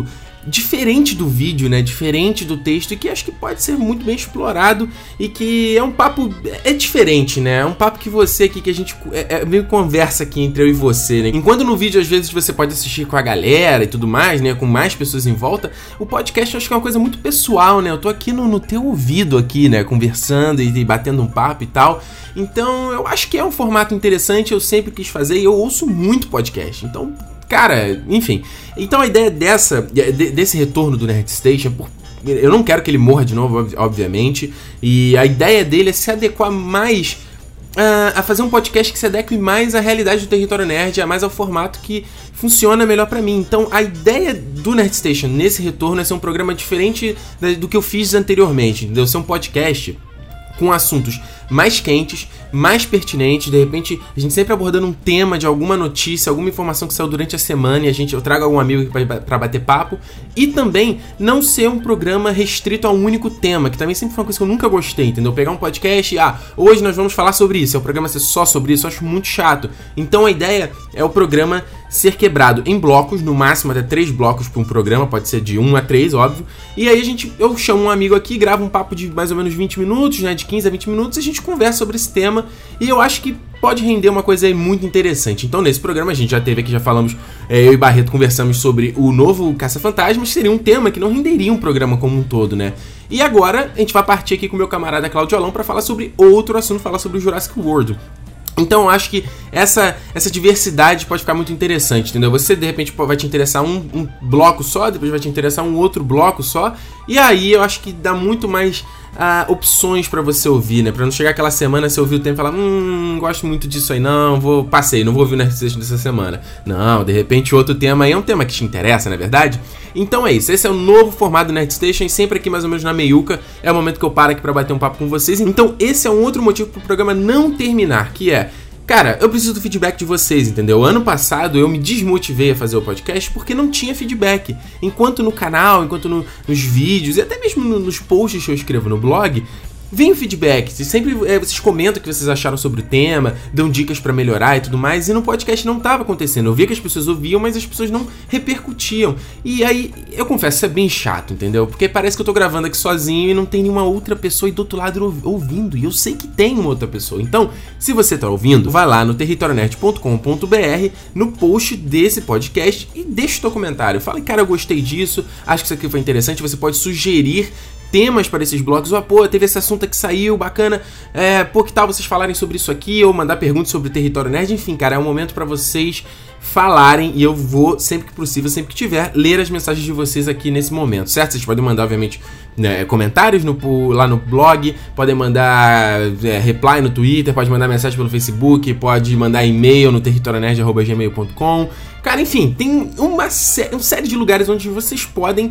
diferente do vídeo, né? Diferente do texto, e que acho que pode ser muito bem explorado e que é um papo... é diferente, né? É um papo que você aqui, que a gente... é, é meio conversa aqui entre eu e você, né? Enquanto no vídeo, às vezes, você pode assistir com a galera e tudo mais, né? Com mais pessoas em volta, o podcast eu acho que é uma coisa muito pessoal, né? Eu tô aqui no, no teu ouvido aqui, né? Conversando e, e batendo um papo e tal. Então, eu acho que é um formato interessante, eu sempre quis fazer e eu ouço muito podcast. Então... cara, enfim. Então a ideia dessa, desse retorno do Nerd Station, eu não quero que ele morra de novo, obviamente, e a ideia dele é se adequar mais a, a fazer um podcast que se adeque mais à realidade do Território Nerd, a mais ao formato que funciona melhor pra mim. Então a ideia do Nerd Station nesse retorno é ser um programa diferente do que eu fiz anteriormente, entendeu? Ser um podcast com assuntos mais quentes, mais pertinentes, de repente a gente sempre abordando um tema de alguma notícia, alguma informação que saiu durante a semana e a gente, eu trago algum amigo para bater papo, e também não ser um programa restrito a um único tema, que também sempre foi uma coisa que eu nunca gostei, entendeu? Pegar um podcast e, ah, hoje nós vamos falar sobre isso, é o programa ser só sobre isso, eu acho muito chato. Então a ideia é o programa ser quebrado em blocos, no máximo até três blocos para um programa, pode ser de um a três, óbvio, e aí a gente, eu chamo um amigo aqui, gravo um papo de mais ou menos vinte minutos, né, de quinze a vinte minutos, e a gente conversa sobre esse tema, e eu acho que pode render uma coisa aí muito interessante. Então nesse programa a gente já teve aqui, já falamos, é, eu e Barreto conversamos sobre o novo Caça-Fantasmas, seria um tema que não renderia um programa como um todo, né? E agora a gente vai partir aqui com o meu camarada Claudio Alão para falar sobre outro assunto, falar sobre o Jurassic World. Então eu acho que essa, essa diversidade pode ficar muito interessante, entendeu? Você de repente vai te interessar um, um bloco só, depois vai te interessar um outro bloco só, e aí eu acho que dá muito mais uh, opções pra você ouvir, né? Pra não chegar aquela semana, você ouvir o tema e falar, hum, não gosto muito disso aí não, vou, passei, não vou ouvir o Nerd Station dessa semana. Não, de repente outro tema aí é um tema que te interessa, não é verdade? Então é isso, esse é o novo formato do Nerd Station, sempre aqui mais ou menos na meiuca, é o momento que eu paro aqui pra bater um papo com vocês. Então esse é um outro motivo pro programa não terminar, que é, cara, eu preciso do feedback de vocês, entendeu? Ano passado eu me desmotivei a fazer o podcast porque não tinha feedback. Enquanto no canal, enquanto no, nos vídeos e até mesmo no, nos posts que eu escrevo no blog, vem o feedback. Sempre é, vocês comentam o que vocês acharam sobre o tema, dão dicas pra melhorar e tudo mais, e no podcast não tava acontecendo. Eu via que as pessoas ouviam, mas as pessoas não repercutiam. E aí, eu confesso, isso é bem chato, entendeu? Porque parece que eu tô gravando aqui sozinho e não tem nenhuma outra pessoa aí do outro lado ouvindo. E eu sei que tem uma outra pessoa. Então, se você tá ouvindo, vai lá no território nerd ponto com ponto b r, no post desse podcast, e deixa o teu comentário. Fala, cara, eu gostei disso, acho que isso aqui foi interessante. Você pode sugerir temas para esses blogs, ou, pô, teve esse assunto que saiu, bacana, é, pô, que tal vocês falarem sobre isso aqui, ou mandar perguntas sobre o Território Nerd, enfim, cara, é um momento para vocês falarem, e eu vou, sempre que possível, sempre que tiver, ler as mensagens de vocês aqui nesse momento, certo? Vocês podem mandar, obviamente, né, comentários no, lá no blog, podem mandar é, reply no Twitter, pode mandar mensagem pelo Facebook, pode mandar e-mail no território nerd arroba gmail ponto com, cara, enfim, tem uma, sé- uma série de lugares onde vocês podem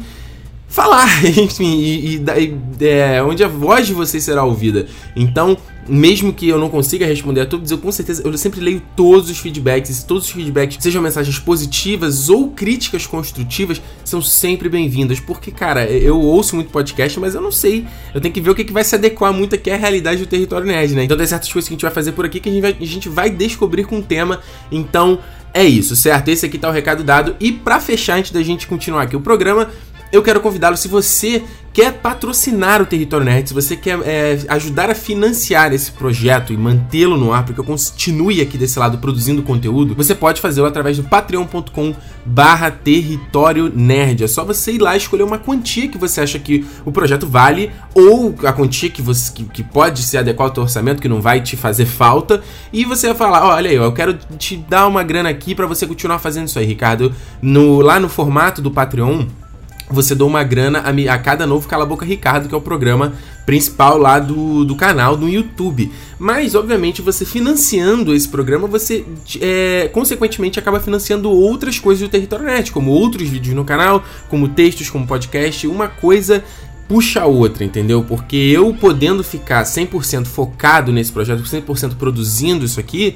falar, enfim, e, e, e é, onde a voz de vocês será ouvida. Então, mesmo que eu não consiga responder a todos, eu com certeza, eu sempre leio todos os feedbacks, e todos os feedbacks, sejam mensagens positivas ou críticas construtivas, são sempre bem-vindas, porque, cara, eu ouço muito podcast, mas eu não sei, eu tenho que ver o que, que vai se adequar muito aqui à realidade do Território Nerd, né? Então tem certas coisas que a gente vai fazer por aqui que a gente vai, a gente vai descobrir com o tema, então é isso, certo? Esse aqui tá o recado dado, e pra fechar, antes da gente continuar aqui o programa, eu quero convidá-lo, se você quer patrocinar o Território Nerd, se você quer é, ajudar a financiar esse projeto e mantê-lo no ar, porque eu continue aqui desse lado produzindo conteúdo, você pode fazê-lo através do patreon ponto com barra território nerd. É só você ir lá e escolher uma quantia que você acha que o projeto vale, ou a quantia que, você, que, que pode se adequar ao teu orçamento, que não vai te fazer falta, e você vai falar, olha aí, eu quero te dar uma grana aqui pra você continuar fazendo isso aí, Ricardo. No, lá no formato do Patreon, você dá uma grana a, a cada novo Cala a Boca Ricardo, que é o programa principal lá do, do canal, no YouTube. Mas, obviamente, você financiando esse programa, você, é, consequentemente, acaba financiando outras coisas do Território Nerd, como outros vídeos no canal, como textos, como podcast, uma coisa puxa a outra, entendeu? Porque eu podendo ficar cem por cento focado nesse projeto, cem por cento produzindo isso aqui,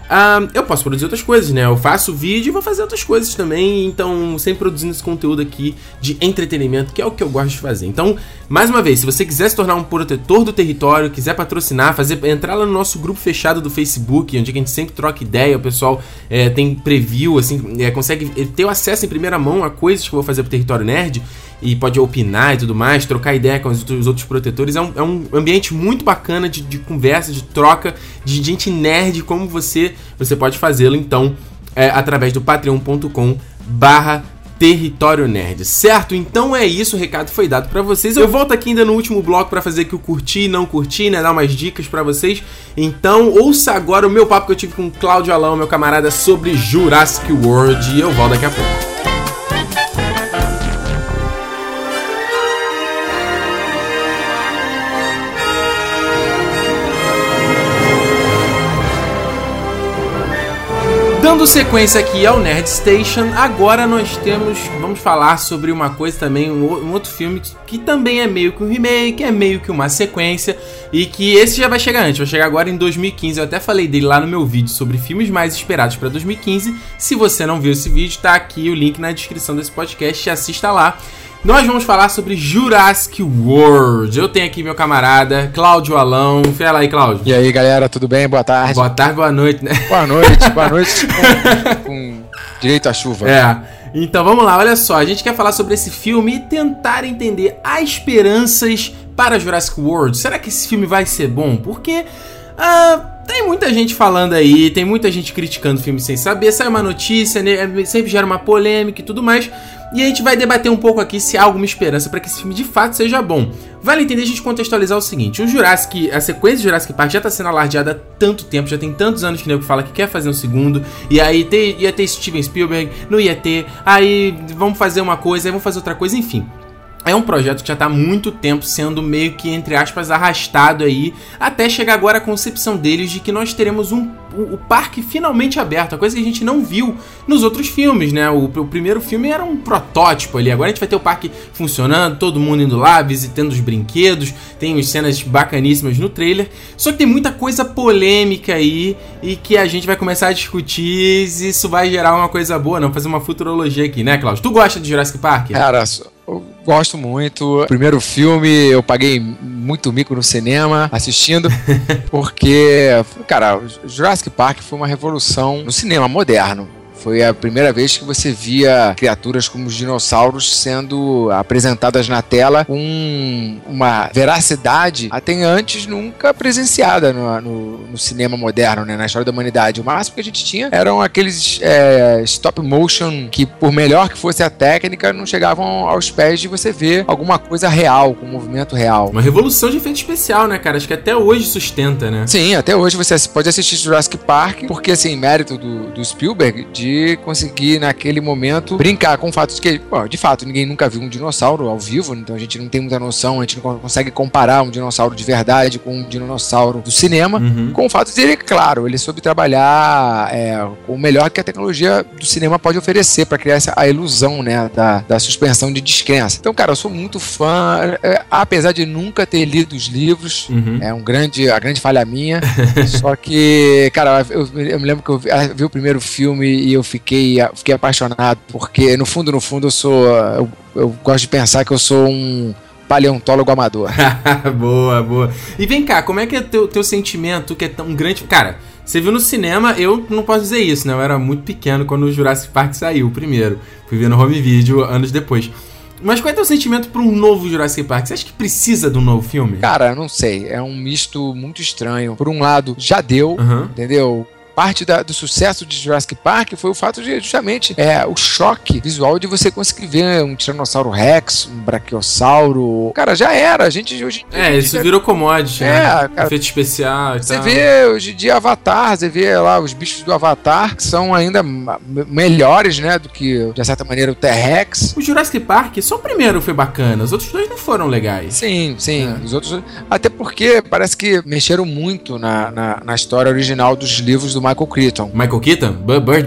Uh, eu posso produzir outras coisas, né? Eu faço vídeo e vou fazer outras coisas também. Então, sempre produzindo esse conteúdo aqui de entretenimento, que é o que eu gosto de fazer. Então, mais uma vez, se você quiser se tornar um protetor do território, quiser patrocinar, fazer, entrar lá no nosso grupo fechado do Facebook, onde a gente sempre troca ideia, o pessoal é, tem preview, assim, é, consegue ter o acesso em primeira mão a coisas que eu vou fazer pro Território Nerd, e pode opinar e tudo mais, trocar ideia com os outros, os outros protetores. É um, é um ambiente muito bacana de, de conversa, de troca, de gente nerd, como você, você pode fazê-lo, então, é, através do patreon ponto com barra Território Nerd, certo? Então é isso, o recado foi dado pra vocês. Eu volto aqui ainda no último bloco pra fazer aqui o curtir e não curtir, né? Dar umas dicas pra vocês. Então ouça agora o meu papo que eu tive com o Cláudio Alão, meu camarada, sobre Jurassic World, e eu volto daqui a pouco. Dando sequência aqui ao Nerd Station, agora nós temos, vamos falar sobre uma coisa também, um, um outro filme que, que também é meio que um remake, é meio que uma sequência, e que esse já vai chegar antes, vai chegar agora em dois mil e quinze, eu até falei dele lá no meu vídeo sobre filmes mais esperados para dois mil e quinze, se você não viu esse vídeo, tá aqui o link na descrição desse podcast, assista lá. Nós vamos falar sobre Jurassic World. Eu tenho aqui meu camarada, Cláudio Alão. Fala aí, Cláudio.
E aí, galera, tudo bem? Boa tarde.
Boa tarde, boa noite, né?
Boa noite, boa noite com, com direito à chuva.
É, então vamos lá, olha só. A gente quer falar sobre esse filme e tentar entender as esperanças para Jurassic World. Será que esse filme vai ser bom? Porque... Ah, tem muita gente falando aí, tem muita gente criticando o filme sem saber, sai uma notícia, né, sempre gera uma polêmica e tudo mais, e a gente vai debater um pouco aqui se há alguma esperança para que esse filme de fato seja bom. Vale entender a gente contextualizar o seguinte, o Jurassic, a sequência de Jurassic Park já está sendo alardeada há tanto tempo, já tem tantos anos que o nego fala que quer fazer um segundo, e aí te, ia ter Steven Spielberg, não ia ter, aí vamos fazer uma coisa, aí vamos fazer outra coisa, enfim. É um projeto que já está há muito tempo sendo meio que, entre aspas, arrastado aí, até chegar agora a concepção deles de que nós teremos um, o, o parque finalmente aberto, a coisa que a gente não viu nos outros filmes, né? O, o primeiro filme era um protótipo ali, agora a gente vai ter o parque funcionando, todo mundo indo lá, visitando os brinquedos, tem umas cenas bacaníssimas no trailer, só que tem muita coisa polêmica aí e que a gente vai começar a discutir se isso vai gerar uma coisa boa, não, fazer uma futurologia aqui, né, Cláudio? Tu gosta de Jurassic Park?
Cara, eu gosto muito. O primeiro filme eu paguei muito mico no cinema assistindo, porque, cara, Jurassic Park foi uma revolução no cinema moderno. Foi a primeira vez que você via criaturas como os dinossauros sendo apresentadas na tela com uma veracidade até antes nunca presenciada no, no, no cinema moderno, né, na história da humanidade. O máximo que a gente tinha eram aqueles é, stop motion que, por melhor que fosse a técnica, não chegavam aos pés de você ver alguma coisa real, com movimento real.
Uma revolução de efeito especial, né, cara? Acho que até hoje sustenta, né?
Sim, até hoje você pode assistir Jurassic Park, porque, assim, mérito do, do Spielberg de conseguir naquele momento brincar com o fato de que, bom, de fato, ninguém nunca viu um dinossauro ao vivo, então a gente não tem muita noção, a gente não consegue comparar um dinossauro de verdade com um dinossauro do cinema, uhum. com o fato de ele, claro, ele soube trabalhar é, com o melhor que a tecnologia do cinema pode oferecer para criar essa, a ilusão, né, da, da suspensão de descrença. Então, cara, eu sou muito fã, é, apesar de nunca ter lido os livros, uhum. é um grande, a grande falha minha, só que, cara, eu, eu me lembro que eu vi, eu vi o primeiro filme e eu Fiquei, fiquei apaixonado, porque no fundo, no fundo eu sou, eu, eu gosto de pensar que eu sou um paleontólogo amador.
Boa, boa. E vem cá, como é que é teu, teu sentimento que é tão grande? Cara, você viu no cinema, eu não posso dizer isso, né? Eu era muito pequeno quando o Jurassic Park saiu, o primeiro. Fui ver no home video anos depois. Mas qual é o teu sentimento para um novo Jurassic Park? Você acha que precisa de um novo filme?
Cara, não sei. É um misto muito estranho. Por um lado, já deu, uhum. entendeu? Parte da, do sucesso de Jurassic Park foi o fato de, justamente, é, o choque visual de você conseguir ver um Tiranossauro Rex, um Brachiosauro. Cara, já era. A gente hoje...
É, hoje isso já... virou commodity,
é,
né?
Cara,
efeito especial e
você
tal.
vê hoje em dia Avatar, você vê lá os bichos do Avatar, que são ainda melhores, né, do que, de certa maneira, o T-Rex.
O Jurassic Park, só o primeiro foi bacana, os outros dois não foram legais.
Sim, sim. É. Os outros... Até porque parece que mexeram muito na, na, na história original dos livros do Michael Keaton.
Michael Keaton? Birdman?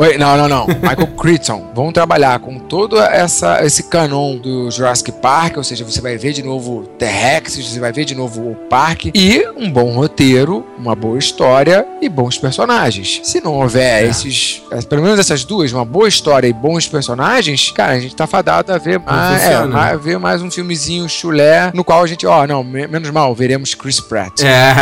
Oi, não, não, não. Michael Crichton. Vão trabalhar com todo essa, esse canon do Jurassic Park, ou seja, você vai ver de novo T-Rex, você vai ver de novo o parque, e um bom roteiro, uma boa história e bons personagens. Se não houver é. esses, pelo menos essas duas, uma boa história e bons personagens, cara, a gente tá fadado a ver, mais, é, a ver mais um filmezinho chulé, no qual a gente, ó, não, menos mal, veremos Chris Pratt.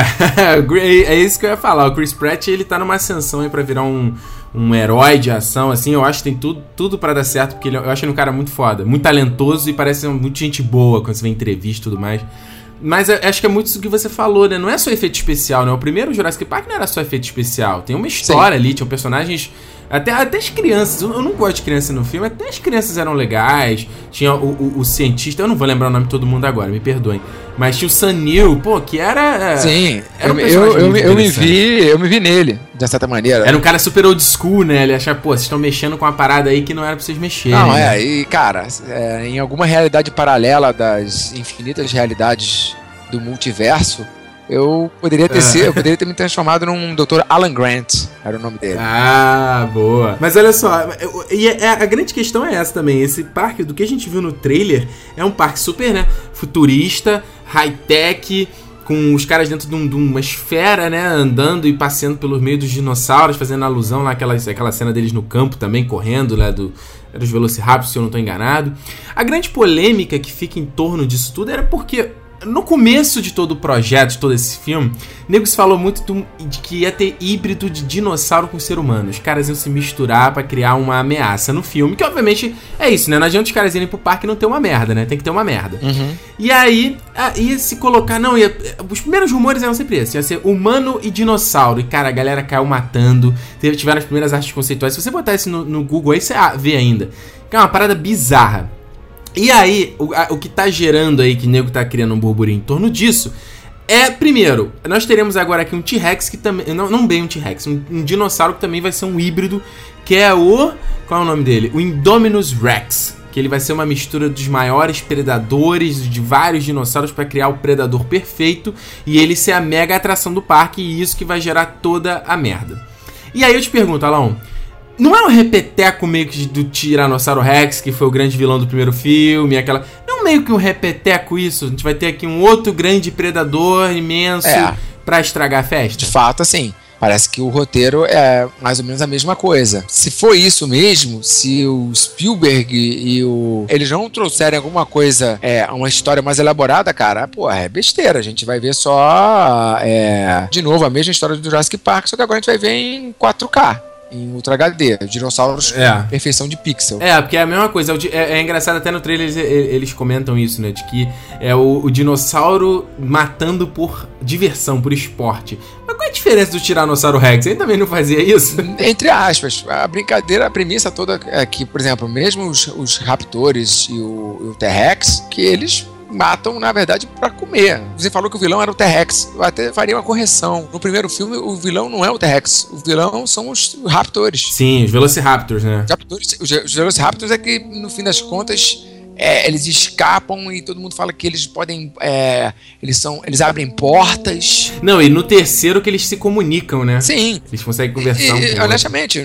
É, é isso que eu ia falar. O Chris Pratt, ele tá numa ascensão aí pra virar um um herói de ação, assim, eu acho que tem tudo, tudo pra dar certo, porque ele, eu acho ele um cara muito foda, muito talentoso e parece muito gente boa quando você vê entrevista e tudo mais. Mas eu acho que é muito isso que você falou, né? Não é só efeito especial, né? O primeiro Jurassic Park não era só efeito especial, tem uma história Sim. ali, tinham personagens... Até, até as crianças, eu não gosto de criança no filme, até as crianças eram legais. Tinha o, o, o cientista, eu não vou lembrar o nome de todo mundo agora, me perdoem. Mas tinha o Sam Neill, pô, que era...
Sim,
era um
eu, eu, eu, eu, me vi, eu me vi nele, de certa maneira.
Era um cara super old school, né? Ele achava, pô, vocês estão mexendo com uma parada aí que não era pra vocês mexerem.
Não, é,
né?
E cara, é, em alguma realidade paralela das infinitas realidades do multiverso, eu poderia ter sido, eu poderia ter me transformado num doutor Alan Grant, era o nome dele.
Ah, boa. Mas olha só, e a, a grande questão é essa também, esse parque, do que a gente viu no trailer, é um parque super, né, futurista, high-tech, com os caras dentro de, um, de uma esfera, né, andando e passeando pelo meio dos dinossauros, fazendo alusão lá àquela, àquela cena deles no campo também, correndo, né, do, dos Velociraptors, se eu não tô enganado. A grande polêmica que fica em torno disso tudo era porque... No começo de todo o projeto, de todo esse filme, nego se falou muito do, de que ia ter híbrido de dinossauro com ser humano. Os caras iam se misturar pra criar uma ameaça no filme, que obviamente é isso, né? Não adianta os caras irem pro parque e não ter uma merda, né? Tem que ter uma merda.
Uhum.
E aí, ia se colocar... Não, ia, os primeiros rumores eram sempre esses. Ia ser humano e dinossauro. E, cara, a galera caiu matando. Tiveram as primeiras artes conceituais. Se você botar isso no, no Google aí, você vê ainda. Que é uma parada bizarra. E aí, o, a, o que tá gerando aí, que o nego tá criando um burburinho em torno disso, é, primeiro, nós teremos agora aqui um T-Rex que também... Não, não bem um T-Rex, um, um dinossauro que também vai ser um híbrido, que é o... Qual é o nome dele? O Indominus Rex, que ele vai ser uma mistura dos maiores predadores de vários dinossauros para criar o predador perfeito, e ele ser a mega atração do parque, e isso que vai gerar toda a merda. E aí eu te pergunto, Alaon, não é um repeteco meio que do Tiranossauro Rex, que foi o grande vilão do primeiro filme, aquela... Não meio que um repeteco isso? A gente vai ter aqui um outro grande predador imenso é. pra estragar a festa?
De fato, assim, parece que o roteiro é mais ou menos a mesma coisa. Se for isso mesmo, se o Spielberg e o... eles não trouxerem alguma coisa, é, uma história mais elaborada, cara, pô, é besteira. A gente vai ver só, é, de novo, a mesma história do Jurassic Park, só que agora a gente vai ver em quatro K. Em Ultra H D, dinossauros
é.
com perfeição de pixel.
É, porque é a mesma coisa. É, é engraçado, até no trailer eles, eles comentam isso, né? De que é o, o dinossauro matando por diversão, por esporte. Mas qual é a diferença do Tiranossauro Rex? Ele também não fazia isso?
Entre aspas. A brincadeira, a premissa toda é que, por exemplo, mesmo os, os raptores e o, o T-Rex, que eles... matam, na verdade, pra comer. Você falou que o vilão era o T-Rex. Eu até faria uma correção. No primeiro filme, o vilão não é o T-Rex. O vilão são os Raptors.
Sim, os Velociraptors, né?
Os, Raptors, os Velociraptors é que, no fim das contas, é, eles escapam e todo mundo fala que eles podem... É, eles são... Eles abrem portas.
Não, e no terceiro que eles se comunicam, né?
Sim.
Eles conseguem conversar
e,
um com
honestamente,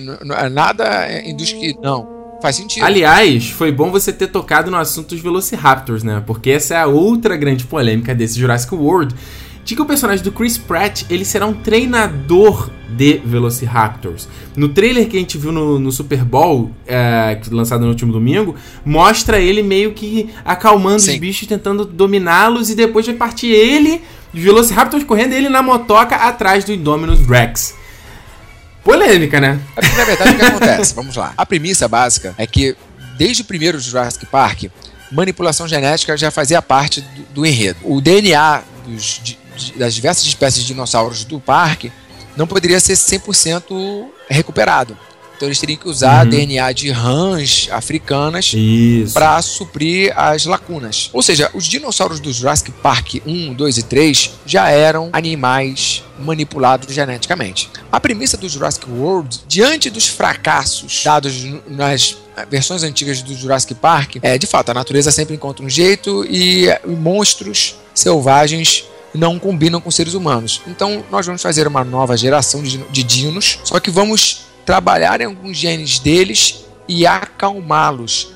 nada induz que... Não. Faz sentido.
Aliás, foi bom você ter tocado no assunto dos Velociraptors, né? Porque essa é a outra grande polêmica desse Jurassic World, de que o personagem do Chris Pratt, ele será um treinador de Velociraptors. No trailer que a gente viu no, no Super Bowl, é, lançado no último domingo, mostra ele meio que acalmando Sim. os bichos, tentando dominá-los, e depois vai partir ele, os Velociraptors correndo, ele na motoca atrás do Indominus Rex. Polêmica, né?
Na verdade, o que acontece? Vamos lá. A premissa básica é que, desde o primeiro Jurassic Park, manipulação genética já fazia parte do, do enredo. O D N A dos, de, das diversas espécies de dinossauros do parque não poderia ser cem por cento recuperado. Então eles teriam que usar uhum. D N A de rãs africanas para suprir as lacunas. Ou seja, os dinossauros do Jurassic Park um, dois e três já eram animais manipulados geneticamente. A premissa do Jurassic World, diante dos fracassos dados nas versões antigas do Jurassic Park, é, de fato, a natureza sempre encontra um jeito e monstros selvagens não combinam com seres humanos. Então nós vamos fazer uma nova geração de, de dinos, só que vamos trabalharem alguns genes deles e acalmá-los,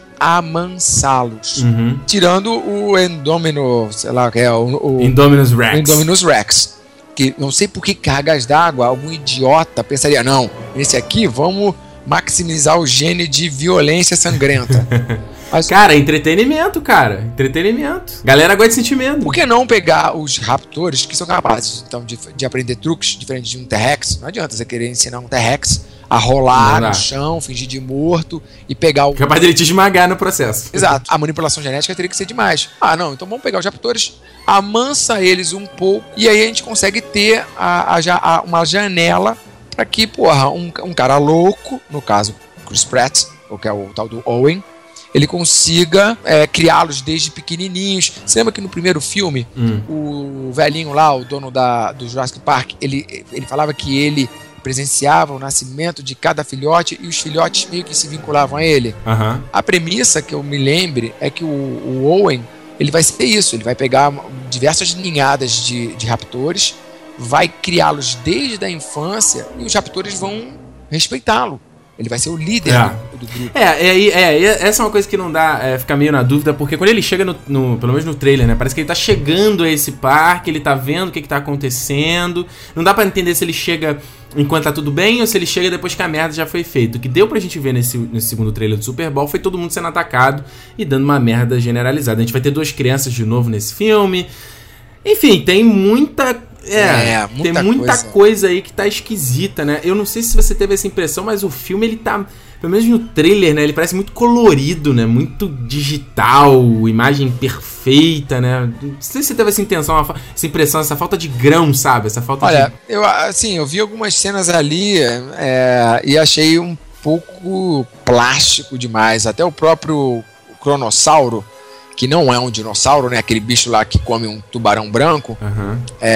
amansá-los. Uhum. Tirando o Indominus, sei lá, que é o, o
Indominus Rex.
Indominus Rex. Que não sei por que cargas d'água, algum idiota pensaria, não, esse aqui vamos maximizar o gene de violência sangrenta. Mas,
cara, entretenimento, cara. Entretenimento. Galera gosta de sentimento.
Por que não pegar os raptores que são capazes então, de, de aprender truques diferentes de um T-Rex? Não adianta você querer ensinar um T-Rex a rolar no chão, fingir de morto e pegar o...
Capaz dele te esmagar no processo.
Exato. A manipulação genética teria que ser demais. Ah, não, então vamos pegar os raptores, amansa eles um pouco e aí a gente consegue ter a, a, a, uma janela para que, porra, um, um cara louco, no caso Chris Pratt, ou que é o tal do Owen, ele consiga é, criá-los desde pequenininhos. Você lembra que no primeiro filme, hum. o velhinho lá, o dono da, do Jurassic Park, ele, ele falava que ele presenciava o nascimento de cada filhote e os filhotes meio que se vinculavam a ele. Uhum. A premissa que eu me lembre é que o, o Owen, ele vai ser isso, ele vai pegar diversas ninhadas de, de raptores, vai criá-los desde a infância e os raptores vão respeitá-lo. Ele vai ser o líder
é.
do, do grupo.
É, é, é, é, essa é uma coisa que não dá, é, fica meio na dúvida, porque quando ele chega, no, no, pelo menos no trailer, né? Parece que ele tá chegando a esse parque, ele tá vendo o que que tá acontecendo. Não dá pra entender se ele chega enquanto tá tudo bem ou se ele chega depois que a merda já foi feita. O que deu pra gente ver nesse, nesse segundo trailer do Super Bowl foi todo mundo sendo atacado e dando uma merda generalizada. A gente vai ter duas crianças de novo nesse filme. Enfim, tem muita... É, é muita tem muita coisa. coisa aí que tá esquisita, né? Eu não sei se você teve essa impressão, mas o filme, ele tá, pelo menos no trailer, né? Ele parece muito colorido, né? Muito digital, imagem perfeita, né? Não sei se você teve essa intenção, essa impressão, essa falta de grão, sabe? Essa falta
Olha,
de...
eu, assim, eu vi algumas cenas ali é, e achei um pouco plástico demais. Até o próprio Cronossauro, que não é um dinossauro, né? Aquele bicho lá que come um tubarão branco. Uhum.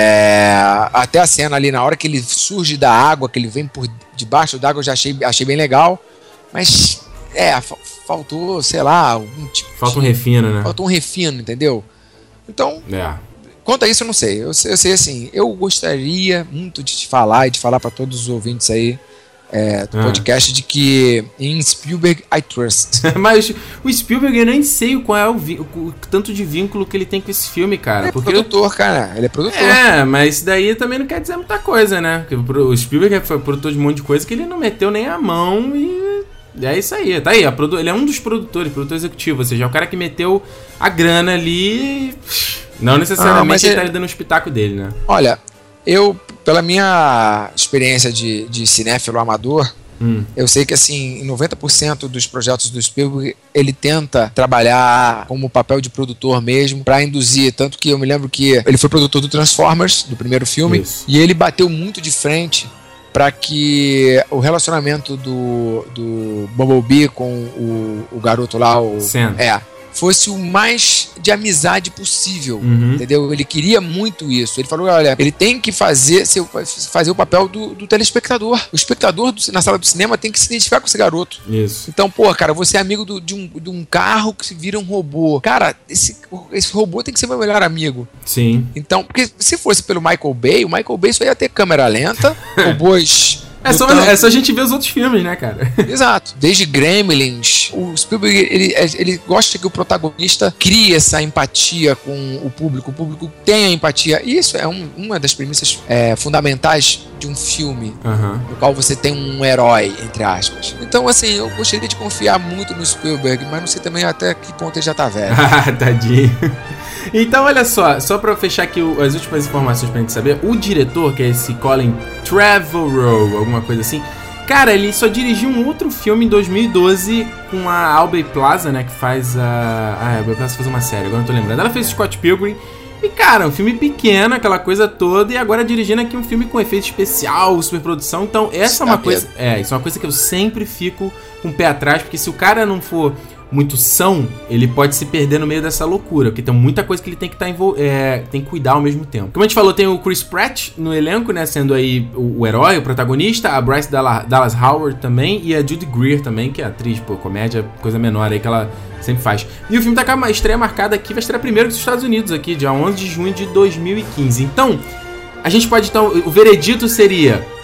É, até a cena ali, na hora que ele surge da água, que ele vem por debaixo d'água, eu já achei, achei bem legal. Mas, é, faltou, sei lá, algum tipo
Falta um refino, né?
Faltou um refino, entendeu? Então, é. Quanto a isso, eu não sei. Eu, eu sei, assim, eu gostaria muito de te falar e de falar para todos os ouvintes aí, É, do ah. podcast, de que em Spielberg I trust.
Mas o Spielberg, eu nem sei qual é o, o, o tanto de vínculo que ele tem com esse filme, cara.
Ele é
porque
produtor, eu... cara. Ele é produtor.
É, mas isso daí também não quer dizer muita coisa, né? Porque o Spielberg foi produtor de um monte de coisa que ele não meteu nem a mão e... É isso aí, tá aí. Produ... Ele é um dos produtores, produtor executivo, ou seja, é o cara que meteu a grana ali. Não necessariamente ah, ele tá ele... dando um espetáculo dele, né?
Olha, eu... Pela minha experiência de, de cinéfilo amador, hum. eu sei que assim, em noventa por cento dos projetos do Spielberg, ele tenta trabalhar como papel de produtor mesmo, pra induzir. Tanto que eu me lembro que ele foi produtor do Transformers, do primeiro filme, Isso. e ele bateu muito de frente para que o relacionamento do, do Bumblebee com o, o garoto lá, o,
Sam.
é, fosse o mais de amizade possível, uhum. entendeu? Ele queria muito isso. Ele falou, olha, ele tem que fazer, fazer o papel do, do telespectador. O espectador do, na sala do cinema tem que se identificar com esse garoto.
Isso.
Então, pô, cara, você é amigo do, de, um, de um carro que se vira um robô. Cara, esse, esse robô tem que ser meu melhor amigo.
Sim.
Então, porque se fosse pelo Michael Bay, o Michael Bay só ia ter câmera lenta, robôs...
É só, é só a gente ver os outros filmes, né, cara?
Exato. Desde Gremlins, o Spielberg, ele, ele gosta que o protagonista crie essa empatia com o público. O público tenha empatia. E isso é um, uma das premissas é, fundamentais de um filme, uhum. no qual você tem um herói, entre aspas. Então, assim, eu gostaria de confiar muito no Spielberg, mas não sei também até que ponto ele já tá velho.
Ah, tadinho. Então, olha só, só pra fechar aqui o, as últimas informações pra gente saber, o diretor, que é esse Colin Trevorrow, alguma coisa assim, cara, ele só dirigiu um outro filme em dois mil e doze com a Aubrey Plaza, né, que faz a... Ah, a Aubrey Plaza faz uma série, agora não tô lembrando. Ela fez Scott Pilgrim e, cara, um filme pequeno, aquela coisa toda, e agora dirigindo aqui um filme com efeito especial, superprodução. Então, essa é uma coisa... É, isso é uma coisa que eu sempre fico com o pé atrás, porque se o cara não for... muito são, ele pode se perder no meio dessa loucura, porque tem muita coisa que ele tem que tá envol- é, tem que cuidar ao mesmo tempo. Como a gente falou, tem o Chris Pratt no elenco, né, sendo aí o, o herói, o protagonista, a Bryce Dallas Howard também, e a Judy Greer também, que é atriz, pô, comédia, coisa menor aí que ela sempre faz. E o filme tá com a estreia marcada aqui, vai estrear primeiro nos Estados Unidos aqui, dia onze de junho de dois mil e quinze. Então, a gente pode, então, o veredito seria...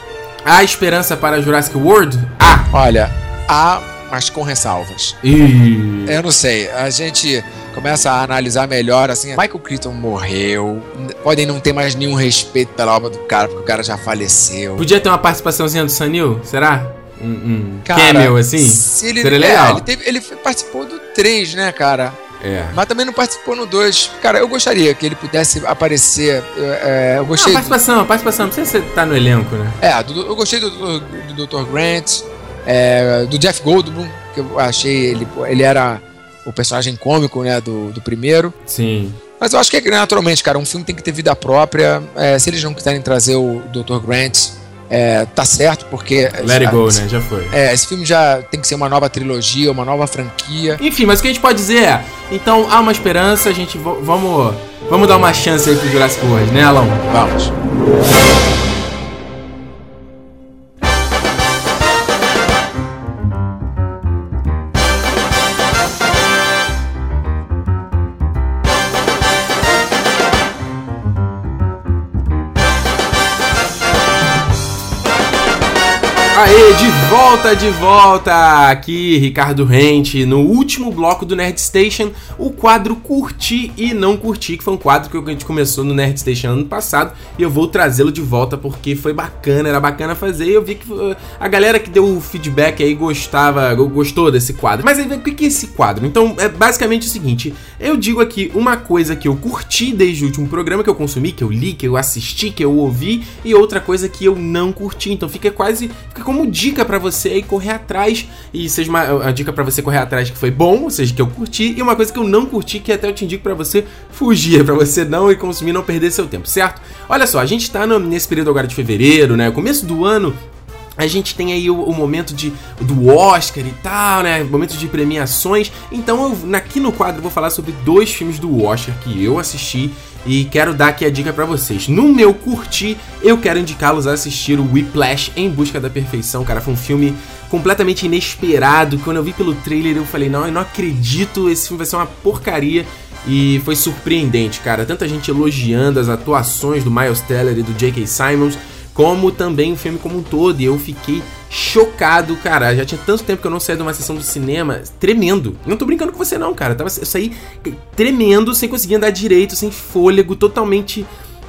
Há esperança para Jurassic World? Há!
Olha, há, mas com ressalvas.
Ih.
Eu não sei, a gente começa a analisar melhor, assim, Michael Keaton morreu, podem não ter mais nenhum respeito pela obra do cara, porque o cara já faleceu.
Podia ter uma participaçãozinha do Sam Neill, será? Um, um
Cara,
cameo, assim?
Se ele,
Seria legal.
É, ele, teve, ele participou do três, né, cara?
É.
Mas também não participou no dois. Cara, eu gostaria que ele pudesse aparecer. É, eu gostei.
Ah, participação, participação. Não precisa estar no elenco, né? É,
do, eu gostei do, do, do doutor Grant, é, do Jeff Goldblum, que eu achei ele. Ele era o personagem cômico, né, do, do primeiro.
Sim.
Mas eu acho que, naturalmente, cara, um filme tem que ter vida própria. É, se eles não quiserem trazer o doutor Grant. É, tá certo, porque...
Let it go, né? Já foi.
É, esse filme já tem que ser uma nova trilogia, uma nova franquia.
Enfim, mas o que a gente pode dizer é... Então, há uma esperança, a gente... V- vamos, vamos dar uma chance aí pro Jurassic World, né, Alão?
Vamos.
Aê, de volta, de volta! Aqui, Ricardo Rente, no último bloco do Nerd Station, o quadro Curti e Não Curti, que foi um quadro que a gente começou no Nerd Station ano passado, e eu vou trazê-lo de volta porque foi bacana, era bacana fazer, e eu vi que a galera que deu o feedback aí gostava, gostou desse quadro. Mas aí, o que é esse quadro? Então, é basicamente o seguinte, eu digo aqui uma coisa que eu curti desde o último programa que eu consumi, que eu li, que eu assisti, que eu ouvi, e outra coisa que eu não curti, então fica quase... Fica como dica pra você aí correr atrás, e seja uma, uma dica pra você correr atrás que foi bom, ou seja, que eu curti, e uma coisa que eu não curti, que até eu te indico pra você fugir, pra você não ir consumir, não perder seu tempo, certo? Olha só, a gente tá no, nesse período agora de fevereiro, né, começo do ano, a gente tem aí o, o momento de, do Oscar e tal, né? Momento de premiações. Então, eu, aqui no quadro, eu vou falar sobre dois filmes do Oscar que eu assisti e quero dar aqui a dica pra vocês. No meu curti, eu quero indicá-los a assistir o Whiplash, Em Busca da Perfeição. Cara, foi um filme completamente inesperado. Quando eu vi pelo trailer, eu falei, não, eu não acredito, esse filme vai ser uma porcaria. E foi surpreendente, cara. Tanta gente elogiando as atuações do Miles Teller e do J K. Simmons, como também o filme como um todo, e eu fiquei chocado, cara, já tinha tanto tempo que eu não saía de uma sessão do cinema, tremendo, não tô brincando com você não, cara, eu, tava, eu saí tremendo, sem conseguir andar direito, sem fôlego, totalmente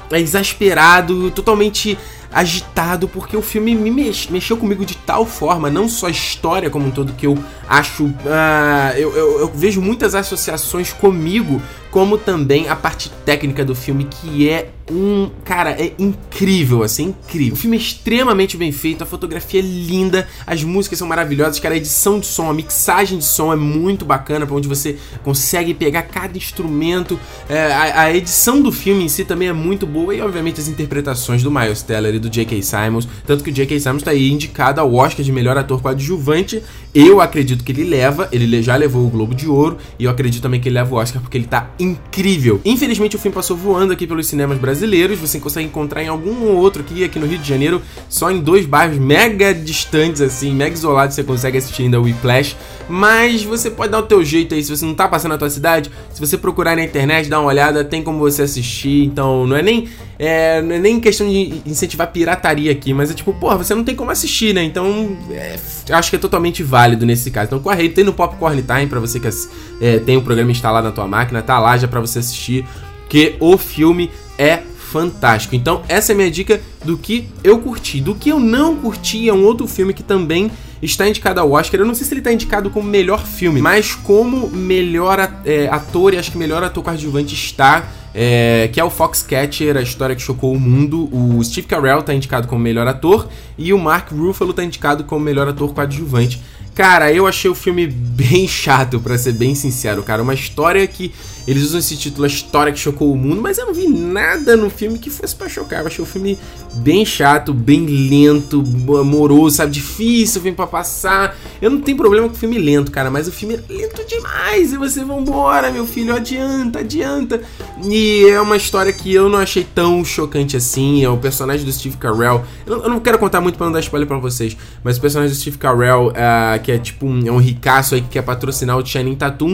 exasperado, totalmente agitado, porque o filme me mex, mexeu comigo de tal forma, não só a história como um todo, que eu acho, uh, eu, eu, eu vejo muitas associações comigo, como também a parte técnica do filme, que é um, cara, é incrível, assim, incrível. O filme é extremamente bem feito, a fotografia é linda, as músicas são maravilhosas, cara, a edição de som, a mixagem de som é muito bacana, pra onde você consegue pegar cada instrumento, é, a, a edição do filme em si também é muito boa, e obviamente as interpretações do Miles Teller e do J K. Simmons, tanto que o J K. Simmons tá aí indicado ao Oscar de melhor ator coadjuvante. Eu acredito que ele leva, ele já levou o Globo de Ouro, e eu acredito também que ele leva o Oscar, porque ele tá incrível. Infelizmente o filme passou voando aqui pelos cinemas brasileiros, você consegue encontrar em algum outro aqui, aqui no Rio de Janeiro, só em dois bairros mega distantes, assim, mega isolados, você consegue assistir ainda o Whiplash, mas você pode dar o teu jeito aí, se você não tá passando na tua cidade, se você procurar na internet, dar uma olhada, tem como você assistir, então não é nem, é, não é nem questão de incentivar pirataria aqui, mas é tipo, porra, você não tem como assistir, né, então é, acho que é totalmente válido nesse caso. Então corre aí, tem no Popcorn Time pra você que é, tem o programa instalado na tua máquina, tá lá já pra você assistir, que o filme é fantástico. Então essa é a minha dica do que eu curti. Do que eu não curti é um outro filme que também está indicado ao Oscar. Eu não sei se ele está indicado como melhor filme, mas como melhor é, ator, e acho que melhor ator coadjuvante está, é, que é o Foxcatcher, a história que chocou o mundo. O Steve Carell está indicado como melhor ator e o Mark Ruffalo está indicado como melhor ator coadjuvante. Cara, eu achei o filme bem chato, pra ser bem sincero, cara. Uma história que... Eles usam esse título, a história que chocou o mundo, mas eu não vi nada no filme que fosse pra chocar. Eu achei o filme bem chato, bem lento, moroso, sabe? Difícil o filme pra passar. Eu não tenho problema com o filme lento, cara, mas o filme é lento demais. E você, vambora, meu filho, adianta, adianta. E é uma história que eu não achei tão chocante assim. É o personagem do Steve Carell. Eu não, eu não quero contar muito pra não dar spoiler pra vocês, mas o personagem do Steve Carell, uh, que é tipo um, é um ricaço aí que quer patrocinar o Channing Tatum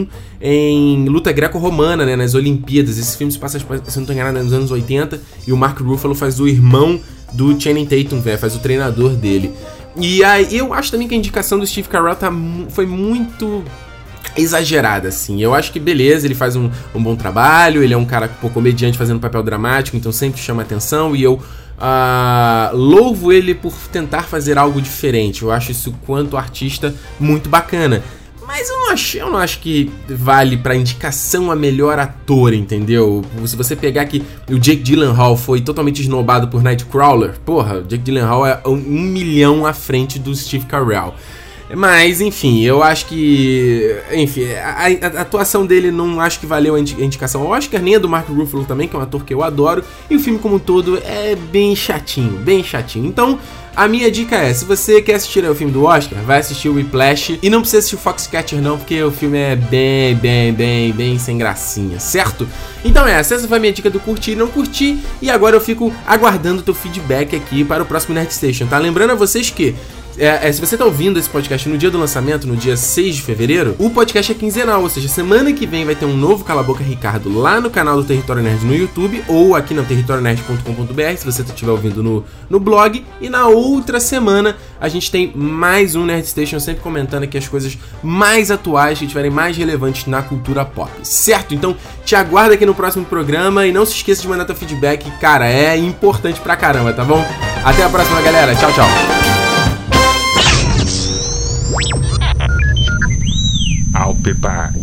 em luta greco-romana, né, nas Olimpíadas. Esse filme se passa, se não tô enganado, nos anos oitenta, e o Mark Ruffalo faz o irmão do Channing Tatum, velho, faz o treinador dele. E aí eu acho também que a indicação do Steve Carell tá, foi muito exagerada, assim. Eu acho que beleza, ele faz um, um bom trabalho, ele é um cara, pô, comediante fazendo papel dramático, então sempre chama atenção, e eu uh, louvo ele por tentar fazer algo diferente. Eu acho isso, quanto artista, muito bacana. Mas eu não acho, eu não acho que vale pra indicação a melhor ator, entendeu? Se você pegar que o Jake Gyllenhaal foi totalmente esnobado por Nightcrawler, porra, o Jake Gyllenhaal é um, um milhão à frente do Steve Carell. Mas, enfim, eu acho que... Enfim, a, a atuação dele não acho que valeu a indicação ao Oscar, nem a do Mark Ruffalo também, que é um ator que eu adoro. E o filme como um todo é bem chatinho, bem chatinho. Então, a minha dica é, se você quer assistir o filme do Oscar, vai assistir o Whiplash. E não precisa assistir o Foxcatcher não, porque o filme é bem, bem, bem, bem sem gracinha, certo? Então é, essa foi a minha dica do curtir e não curtir. E agora eu fico aguardando o teu feedback aqui para o próximo Nerd Station, tá? Lembrando a vocês que... É, é, se você tá ouvindo esse podcast no dia do lançamento, no dia seis de fevereiro, o podcast é quinzenal, ou seja, semana que vem vai ter um novo Cala a Boca Ricardo lá no canal do Território Nerd no YouTube, ou aqui no território nerd ponto com ponto b r, se você estiver ouvindo no, no blog, e na outra semana a gente tem mais um Nerd Station, sempre comentando aqui as coisas mais atuais, que estiverem mais relevantes na cultura pop, certo? Então, te aguardo aqui no próximo programa, e não se esqueça de mandar teu feedback, cara, é importante pra caramba, tá bom? Até a próxima, galera, tchau, tchau!
I'll be back.